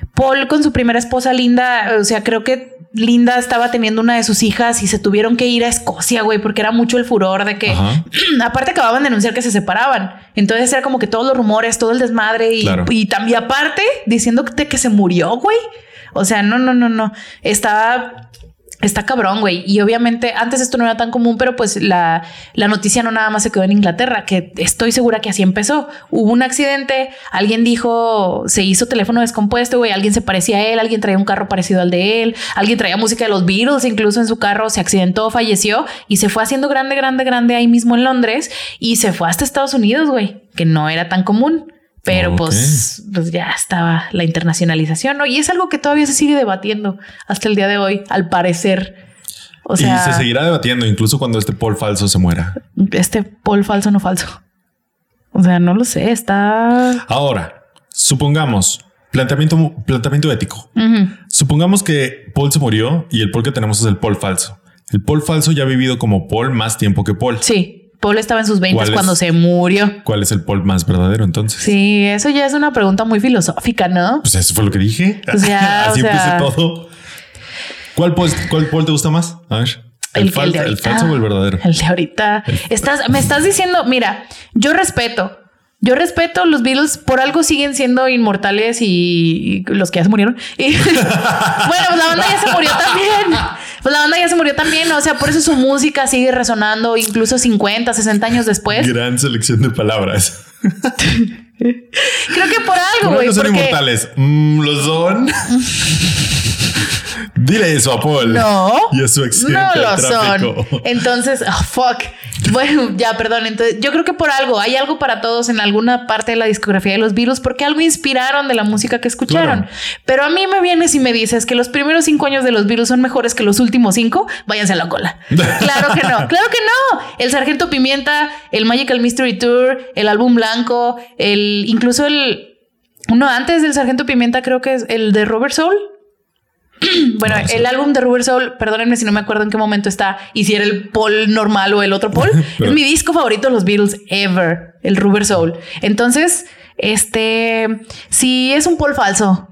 Paul con su primera esposa Linda, o sea, creo que Linda estaba teniendo una de sus hijas y se tuvieron que ir a Escocia, güey, porque era mucho el furor de que aparte acababan de anunciar que se separaban. Entonces era como que todos los rumores, todo el desmadre y, claro. y también aparte diciendo que, que se murió, güey. O sea, no, no, no, no. Estaba... Está cabrón, güey. Y obviamente antes esto no era tan común, pero pues la, la noticia no nada más se quedó en Inglaterra, que estoy segura que así empezó. Hubo un accidente, alguien dijo, se hizo teléfono descompuesto, güey, alguien se parecía a él, alguien traía un carro parecido al de él, alguien traía música de los Beatles incluso en su carro, se accidentó, falleció y se fue haciendo grande, grande, grande ahí mismo en Londres y se fue hasta Estados Unidos, güey, que no era tan común. Pero okay. pues, pues ya estaba la internacionalización, ¿no? Y es algo que todavía se sigue debatiendo hasta el día de hoy, al parecer. O sea, y se seguirá debatiendo incluso cuando este Paul falso se muera. Este Paul falso no falso. O sea, no lo sé, está... Ahora, supongamos, planteamiento, planteamiento ético. Uh-huh. Supongamos que Paul se murió y el Paul que tenemos es el Paul falso. El Paul falso ya ha vivido como Paul más tiempo que Paul. Sí. Paul estaba en sus veinte cuando se murió. ¿Cuál es el Paul más verdadero entonces? Sí, eso ya es una pregunta muy filosófica, ¿no? Pues eso fue lo que dije. O sea, así o sea... empecé todo. ¿Cuál Paul, ¿Cuál Paul te gusta más? A ver. ¿El, el, fal el, ¿El falso o el verdadero? El de ahorita. El... Estás, me estás diciendo, mira, yo respeto. Yo respeto los Beatles, por algo siguen siendo inmortales y, y los que ya se murieron. Y, bueno, pues la banda ya se murió también. Pues la banda ya se murió también. O sea, por eso su música sigue resonando incluso cincuenta, sesenta años después. Gran selección de palabras. Creo que por algo, güey. No son porque... inmortales. Mm, ¿Lo son? Dile eso a Paul. No. Y a su accidente no lo tráfico. son. Entonces, oh, fuck. Bueno, ya, perdón. Entonces, yo creo que por algo, hay algo para todos en alguna parte de la discografía de los Beatles, porque algo inspiraron de la música que escucharon. Claro. Pero a mí me vienes y me dices que los primeros cinco años de los Beatles son mejores que los últimos cinco, váyanse a la cola. Claro que no, claro que no. El Sargento Pimienta, el Magical Mystery Tour, el Álbum Blanco, el incluso el uno antes del Sargento Pimienta, creo que es el de Rubber Soul. Bueno, no, el álbum de Rubber Soul, perdónenme si no me acuerdo en qué momento está y si era el Paul normal o el otro Paul. Pero... es mi disco favorito de los Beatles ever, el Rubber Soul. Entonces, este, si es un Paul falso,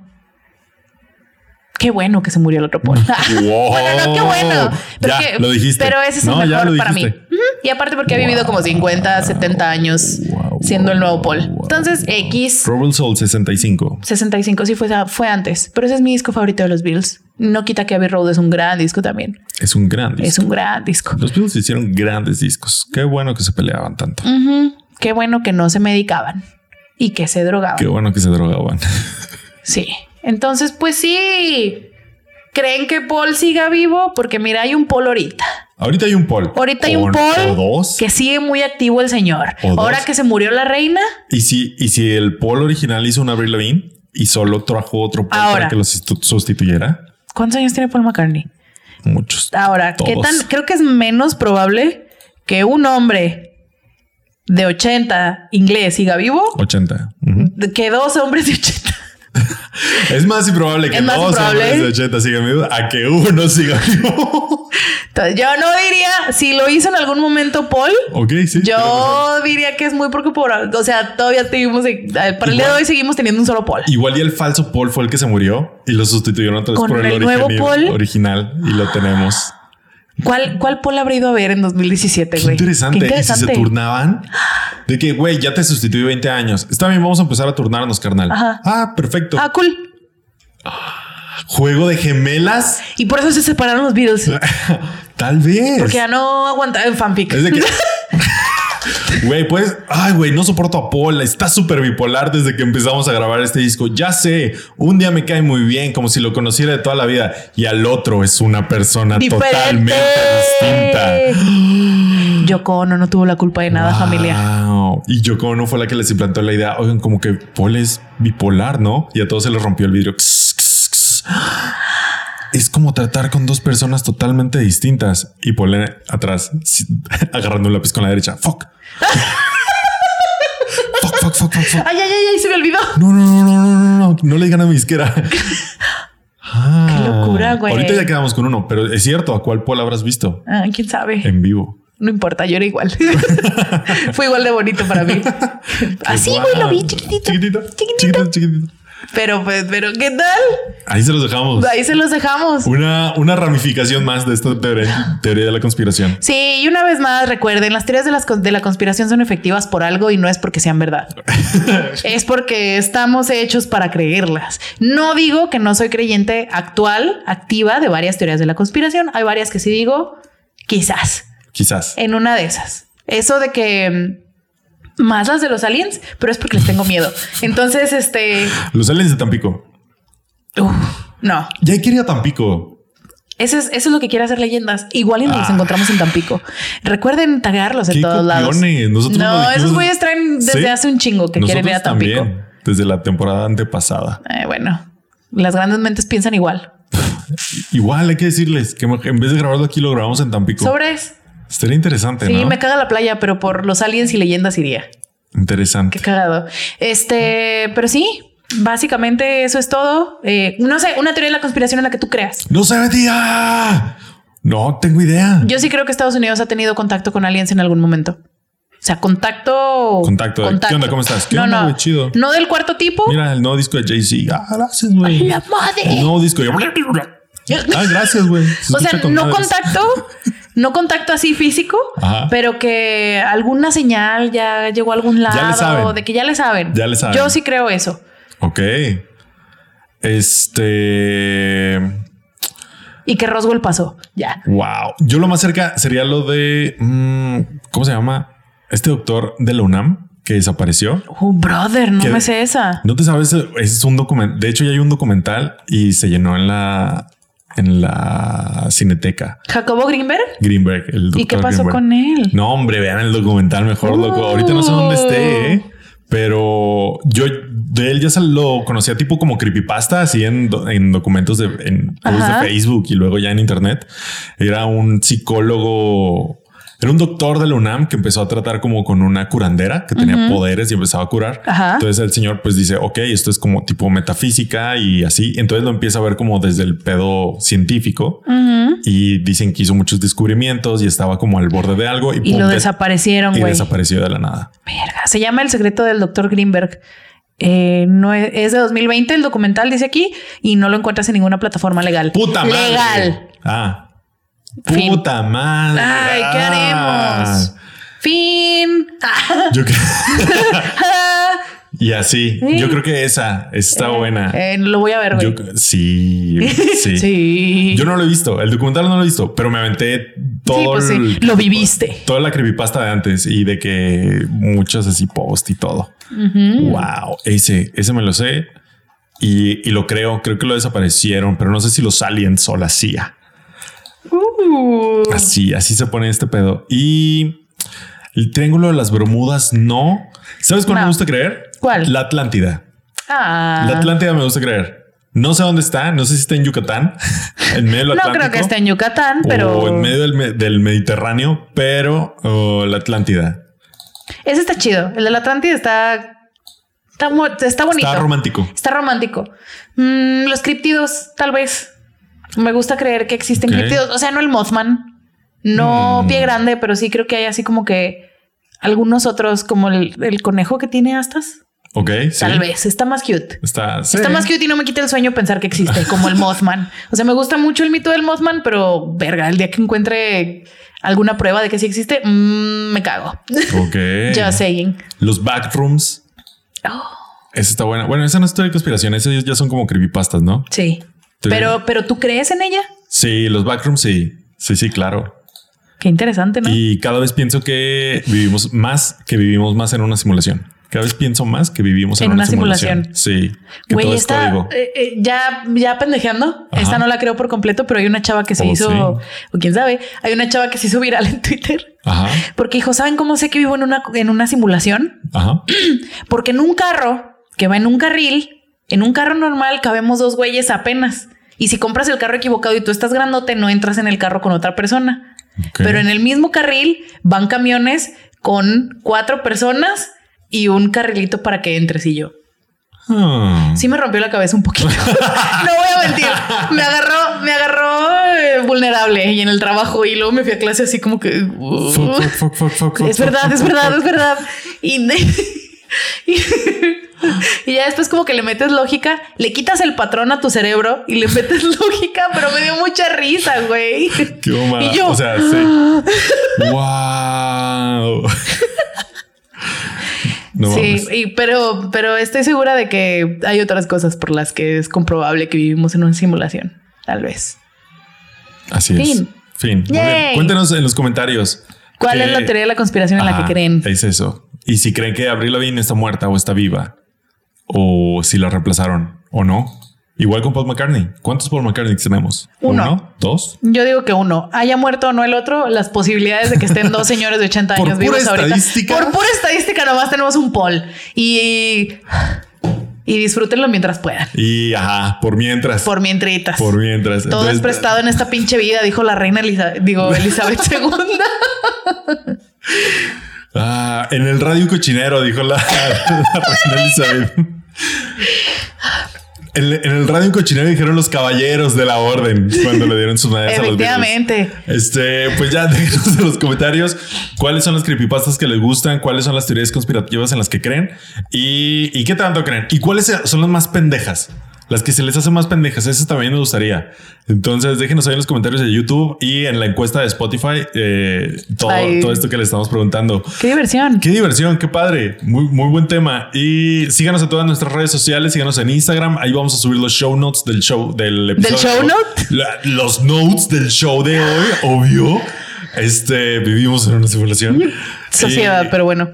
qué bueno que se murió el otro Paul. Wow. Bueno, no, qué bueno. Pero, ya, que, lo dijiste. pero ese es no, el mejor para mí. Uh-huh. Y aparte porque wow. ha vivido como cincuenta, setenta años wow, siendo wow, el nuevo Paul. Wow. Entonces, X. Rubber Soul sesenta y cinco. sesenta y cinco, sí, fue, fue antes. Pero ese es mi disco favorito de los Beatles. No quita que Abbey Road es un gran disco también. Es un gran disco. Es un gran disco. Los Beatles hicieron grandes discos. Qué bueno que se peleaban tanto. Uh-huh. Qué bueno que no se medicaban y que se drogaban. Qué bueno que se drogaban. Sí. Entonces, pues sí. ¿Creen que Paul siga vivo? Porque mira, hay un Paul ahorita. Ahorita hay un Paul. Ahorita hay un Paul dos. Que sigue muy activo el señor. Ahora que se murió la reina. ¿Y si, y si el Paul original hizo una Avril Lavigne y solo trajo otro Paul ahora, para que lo sustituyera? ¿Cuántos años tiene Paul McCartney? Muchos. Ahora, todos. ¿Qué tan? Creo que es menos probable que un hombre de ochenta inglés siga vivo. ochenta. Uh-huh. Que dos hombres de ochenta. Es más improbable que dos hombres de ochenta sigan vivos a que uno siga vivo. Entonces, yo no diría, si lo hizo en algún momento Paul, okay, sí, yo diría que es muy porque por, o sea, todavía tuvimos, para igual, el día de hoy seguimos teniendo un solo Paul. Igual y el falso Paul fue el que se murió y lo sustituyeron otra vez por el, el nuevo Paul original y lo tenemos. ¿Cuál, ¿Cuál Paul habría ido a ver en dos mil diecisiete, güey? Qué interesante. Qué interesante. Y si se turnaban de que, güey, ya te sustituí veinte años. Está bien, vamos a empezar a turnarnos, carnal. Ajá. Ah, perfecto. Ah, cool. Juego de gemelas. Y por eso se separaron los Beatles. Tal vez. Porque ya no aguantaban fanfic. Es de que... Güey, pues, ay, güey, no soporto a Paul. Está súper bipolar desde que empezamos a grabar este disco. Ya sé, un día me cae muy bien, como si lo conociera de toda la vida. Y al otro es una persona diferente, totalmente distinta. Yoko Ono no tuvo la culpa de nada, wow. familia. Y Yoko Ono fue la que les implantó la idea. Oigan, como que Paul es bipolar, ¿no? Y a todos se les rompió el vidrio. Kss, kss, kss. Es como tratar con dos personas totalmente distintas. Y Paul atrás, agarrando un lápiz con la derecha. Fuck. fuck, fuck, fuck, fuck, fuck. Ay, ay, ay, ay, se me olvidó. No, no, no, no, no, no, no le digan a mi disquera. Ah, qué locura, güey. Ahorita ya quedamos con uno, pero es cierto, ¿a cuál Paul habrás visto? Ah, quién sabe. En vivo. No importa, yo era igual. Fue igual de bonito para mí. Así, güey, wow. Lo vi chiquitito. Chiquitito, chiquitito, chiquitito. Pero, pues, pero, ¿qué tal? Ahí se los dejamos. Ahí se los dejamos. Una, una ramificación más de esta teoría, teoría de la conspiración. Sí, y una vez más, recuerden, las teorías de, las, de la conspiración son efectivas por algo y no es porque sean verdad. Es porque estamos hechos para creerlas. No digo que no soy creyente actual, activa de varias teorías de la conspiración. Hay varias que sí digo, quizás. Quizás. En una de esas. Eso de que... Más las de los aliens, pero es porque les tengo miedo. Entonces, este... Los aliens de Tampico. Uf, no. Ya hay que ir a Tampico. Eso es, eso es lo que quiere hacer Leyendas. Igual y nos Ah. los encontramos en Tampico. Recuerden tagarlos en ¿Qué todos lados. copiones? Nosotros No, lo dijimos- esos güeyes traen desde ¿Sí? hace un chingo que quieren ir a Nosotros Tampico. también, desde la temporada antepasada. Eh, bueno, las grandes mentes piensan igual. Igual hay que decirles que en vez de grabarlo aquí, lo grabamos en Tampico. Sobres. Estaría interesante, Sí, ¿no? me caga la playa, pero por los aliens y leyendas iría. Interesante. Qué cagado. Este, pero sí, básicamente eso es todo. Eh, no sé, una teoría de la conspiración en la que tú creas. ¡No se metía! No tengo idea. Yo sí creo que Estados Unidos ha tenido contacto con aliens en algún momento. O sea, contacto. Contacto. ¿Qué onda? ¿Cómo estás? ¿Qué no, onda, no. güey? Chido. No del cuarto tipo. Mira el nuevo disco de Jay-Z. Ah, gracias, güey. ¡La madre! El nuevo disco. Ah, gracias, güey. Se O sea, escucha con no madres. contacto, no contacto así físico, Ajá. pero que alguna señal ya llegó a algún lado, Ya le saben. de que ya le saben. Ya le saben. Yo sí creo eso. Ok. Este. Y que Roswell pasó. Ya. Wow. Yo lo más cerca sería lo de. mm, ¿Cómo se llama? Este doctor de la UNAM que desapareció. Oh, brother, no ¿Qué? me sé esa. No te sabes. Es un documental. De hecho, ya hay un documental y se llenó en la en la Cineteca. Jacobo Greenberg. Greenberg, el doctor ¿Y qué pasó Greenberg. con él? No, hombre, vean el documental mejor, Uh. loco. Ahorita no sé dónde esté, ¿eh? Pero yo de él ya se lo conocía tipo como creepypasta, así en, do- en documentos de, en posts Ajá. de Facebook y luego ya en internet. Era un psicólogo, era un doctor de la UNAM que empezó a tratar como con una curandera que tenía poderes y empezaba a curar. Ajá. Entonces el señor pues dice, ok, esto es como tipo metafísica y así. Entonces lo empieza a ver como desde el pedo científico. Ujú. Y dicen que hizo muchos descubrimientos y estaba como al borde de algo y, Y pum, lo des- desaparecieron, y güey. desapareció de la nada. Verga. Se llama El secreto del doctor Greenberg. Eh, no es, es de dos mil veinte el documental, dice aquí, y no lo encuentras en ninguna plataforma legal. Puta madre. Legal. Ah. Fin. Puta madre. Ay, ¿qué Ah. haremos? Fin. Yo creo. Y así. Yo creo que esa está buena. Eh, lo voy a ver, güey. Yo sí, sí. Sí. Yo no lo he visto. El documental no lo he visto, pero me aventé todo. Sí, pues sí. el- Lo viviste. Toda la creepypasta de antes y de que muchos así post y todo. Ujú. Wow. Ese, ese me lo sé y, y lo creo. Creo que lo desaparecieron, pero no sé si los aliens o la C I A. Uh. Así, así se pone este pedo. Y el triángulo de las Bermudas, no. ¿Sabes cuál No. me gusta creer? ¿Cuál? La Atlántida. Ah. La Atlántida me gusta creer. No sé dónde está. No sé si está en Yucatán, en medio del No Atlántico. creo que esté en Yucatán, pero O en medio del, me- del Mediterráneo, pero oh, la Atlántida. ese está chido. El de la Atlántida está, está, mu- está bonito. Está romántico. Está romántico. Mm, los criptidos, tal vez. Me gusta creer que existen Ok. criptidos. O sea, no el Mothman, no Mm. Pie Grande, pero sí creo que hay así como que algunos otros, como el, el conejo que tiene astas. Ok. Sí. Tal vez está más cute. Está, sí. Está más cute y no me quita el sueño pensar que existe como el Mothman. O sea, me gusta mucho el mito del Mothman, pero verga, el día que encuentre alguna prueba de que sí existe, mmm, me cago. Ok. Just saying. Los backrooms. Oh, Esa está buena. Bueno, esa no es teoría de conspiración. Esas ya son como creepypastas, ¿no? sí. Sí. Pero, pero tú crees en ella? Sí, los backrooms, sí. Sí, sí, claro. Qué interesante, ¿no? Y cada vez pienso que vivimos más, que vivimos más en una simulación. Cada vez pienso más que vivimos en, En una, una simulación. simulación. Sí. Que Güey, todo es esta código. eh, eh, ya, ya pendejeando. Ajá. Esta no la creo por completo, pero hay una chava que se Oh, hizo, sí. o quién sabe, hay una chava que se hizo viral en Twitter Ajá. porque dijo, ¿saben cómo sé que vivo en una, en una simulación? Ajá. Porque en un carro que va en un carril, en un carro normal cabemos dos güeyes apenas. Y si compras el carro equivocado y tú estás grandote, no entras en el carro con otra persona. Ok. Pero en el mismo carril van camiones con cuatro personas y un carrilito para que entres y yo. Ah. Sí me rompió la cabeza un poquito. No voy a mentir. Me agarró, me agarró eh, vulnerable y en el trabajo y luego me fui a clase así como que... uh, Fuck, fuck, fuck, fuck, fuck, es fuck, verdad, fuck, es fuck, verdad, fuck. es verdad. Y Y, y ya después como que le metes lógica, le quitas el patrón a tu cerebro y le metes lógica, pero me dio mucha risa, güey. Qué mamada. Y yo, o sea, sí. Wow. No sí, y, pero, pero estoy segura de que hay otras cosas por las que es comprobable que vivimos en una simulación. Tal vez. Así fin. es. Fin. Muy bien. Cuéntenos en los comentarios. ¿Cuál que... es la teoría de la conspiración en ah, la que creen? Es eso. Y si creen que Avril Lavigne está muerta o está viva. O si la reemplazaron o no. Igual con Paul McCartney. ¿Cuántos Paul McCartney tenemos? Uno. ¿Uno? ¿Dos? Yo digo que uno. Haya muerto o no el otro, las posibilidades de que estén dos señores de ochenta años por vivos pura ahorita. Estadística. Por pura estadística nomás tenemos un Paul. Y... Y disfrútenlo mientras puedan. Y ajá, por mientras. Por mientritas. Por mientras. Todo Entonces, es prestado en esta pinche vida, dijo la reina Elizabeth, digo, Elizabeth segunda. Ah, en el radio cochinero, dijo la, la reina Elizabeth. En, en el radio cochinero dijeron los caballeros de la orden cuando le dieron sus medallas a los Beatles. Efectivamente. Este, pues ya déjenos en los comentarios cuáles son las creepypastas que les gustan, cuáles son las teorías conspirativas en las que creen y, y qué tanto creen y cuáles son las más pendejas. Las que se les hacen más pendejas, esas también me gustaría. Entonces déjenos ahí en los comentarios de YouTube y en la encuesta de Spotify eh, todo, todo esto que les estamos preguntando. ¡Qué diversión! ¡Qué diversión! ¡Qué padre! Muy, muy buen tema. Y síganos en todas nuestras redes sociales, síganos en Instagram. Ahí vamos a subir los show notes del show del episodio. ¿Del show note? La, los notes del show de hoy, obvio. Este, vivimos en una simulación. Sociedad, y... pero bueno.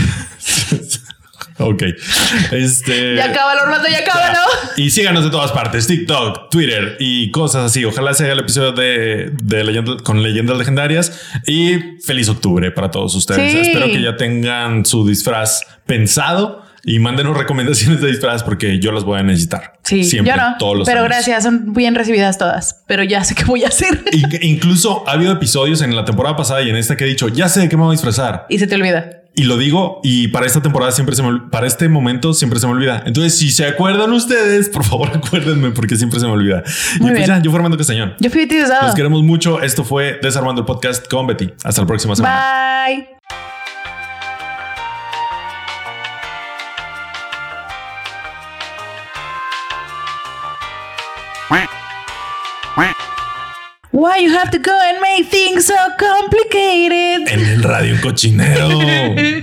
Ok. Este. Ya acaba, Orlando, ya acaba, ¿no? Y síganos de todas partes: TikTok, Twitter y cosas así. Ojalá se haga el episodio de, de leyenda, con leyendas legendarias. Y feliz octubre para todos ustedes. Sí. Espero que ya tengan su disfraz pensado y mándenos recomendaciones de disfraz porque yo las voy a necesitar. Sí, siempre, yo no. Todos los pero años. Gracias, son bien recibidas todas. Pero ya sé qué voy a hacer. Y, incluso ha habido episodios en la temporada pasada y en esta que he dicho, ya sé de qué me voy a disfrazar. Y se te olvida. Y lo digo, y para esta temporada siempre se me para este momento siempre se me olvida. Entonces, si se acuerdan ustedes, por favor, acuérdenme porque siempre se me olvida. Muy y pues bien. ya, yo fui Armando Castañón. Yo fui Betty Desado. Los queremos mucho. Esto fue Desarmando el Podcast con Betty. Hasta la próxima semana. Bye. Why you have to go and make things so complicated? En el radio un cochinero. I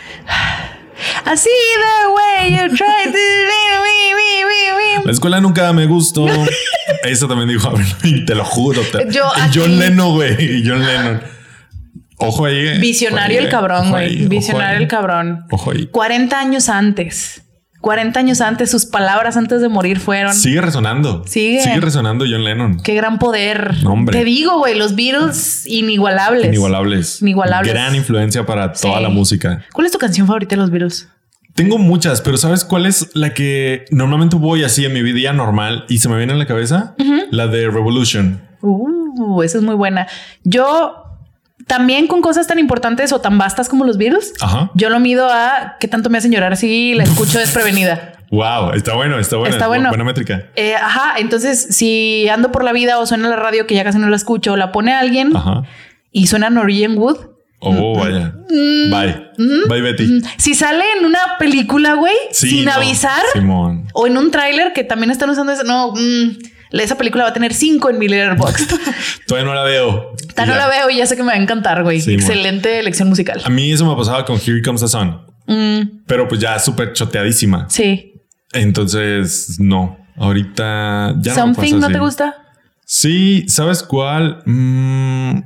see the way you try to... La escuela nunca me gustó. Eso también dijo Avril, te lo juro. Te... Yo y John Lennon, güey. John Lennon. Ojo ahí. Eh. Visionario ahí, el cabrón, güey. Visionario ahí. el cabrón. Ojo ahí. cuarenta años antes. cuarenta años antes, sus palabras antes de morir fueron... Sigue resonando. Sigue. Sigue resonando John Lennon. Qué gran poder. No, hombre. Te digo, güey, los Beatles inigualables. Inigualables. Inigualables. Gran influencia para Sí. toda la música. ¿Cuál es tu canción favorita de los Beatles? Tengo muchas, pero ¿sabes cuál es la que normalmente voy así en mi vida normal y se me viene en la cabeza? Uh-huh. La de Revolution. Uh, esa es muy buena. Yo... También con cosas tan importantes o tan vastas como los Beatles, Ajá. yo lo mido a qué tanto me hacen llorar si la escucho desprevenida. Wow, está bueno, está bueno. Está bueno. Buena métrica. Eh, ajá, entonces si ando por la vida o suena la radio que ya casi no la escucho, o la pone alguien Ajá. y suena Norwegian Wood. Oh, vaya. Mm, Bye. Mm, Bye, Betty. Mm. Si sale en una película, güey, sí, sin no, avisar, Simón. O en un tráiler que también están usando eso, no... Mm, esa película va a tener cinco en mi Letterboxd. Todavía no la veo. Todavía no la veo y ya sé que me va a encantar, güey. Sí, excelente man. Elección musical. A mí eso me pasaba con Here Comes the Sun. Mm. Pero pues ya súper choteadísima. Sí. Entonces, no. Ahorita ya Something no, ¿no te gusta? Sí. ¿Sabes cuál? Mm.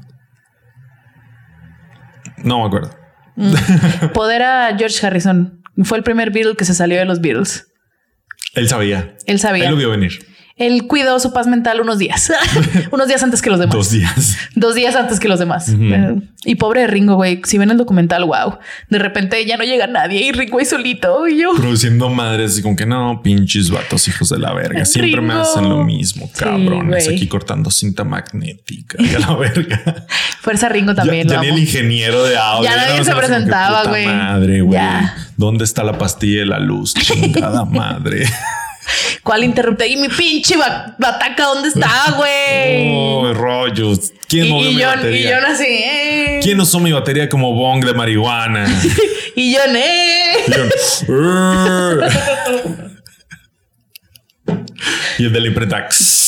No me acuerdo. Mm. Poder a George Harrison. Fue el primer Beatle que se salió de los Beatles. Él sabía. Él sabía. Él lo vio venir. Él cuidó su paz mental unos días. unos días antes que los demás. Dos días. Dos días antes que los demás. Uh-huh. eh, y pobre de Ringo, güey. Si ven el documental, wow. De repente ya no llega nadie y Ringo ahí solito. Y yo... Produciendo madres y con que no, pinches vatos hijos de la verga. Siempre Ringo. Me hacen lo mismo, cabrones. Sí, aquí cortando cinta magnética. Y a la verga. Fuerza Ringo también. Ya, ya ni el ingeniero de audio. Ya nadie se presentaba, güey. Madre, güey. ¿Dónde está la pastilla de la luz? Chingada madre. ¿Cuál interrupte? Y mi pinche bataca, ¿dónde está, güey? Oh, Roy. rollos. ¿Quién y, movió y mi yo, batería? Y yo así, eh. ¿Quién usó mi batería como bong de marihuana? y yo, eh. Y, yo, y el de la imprenta.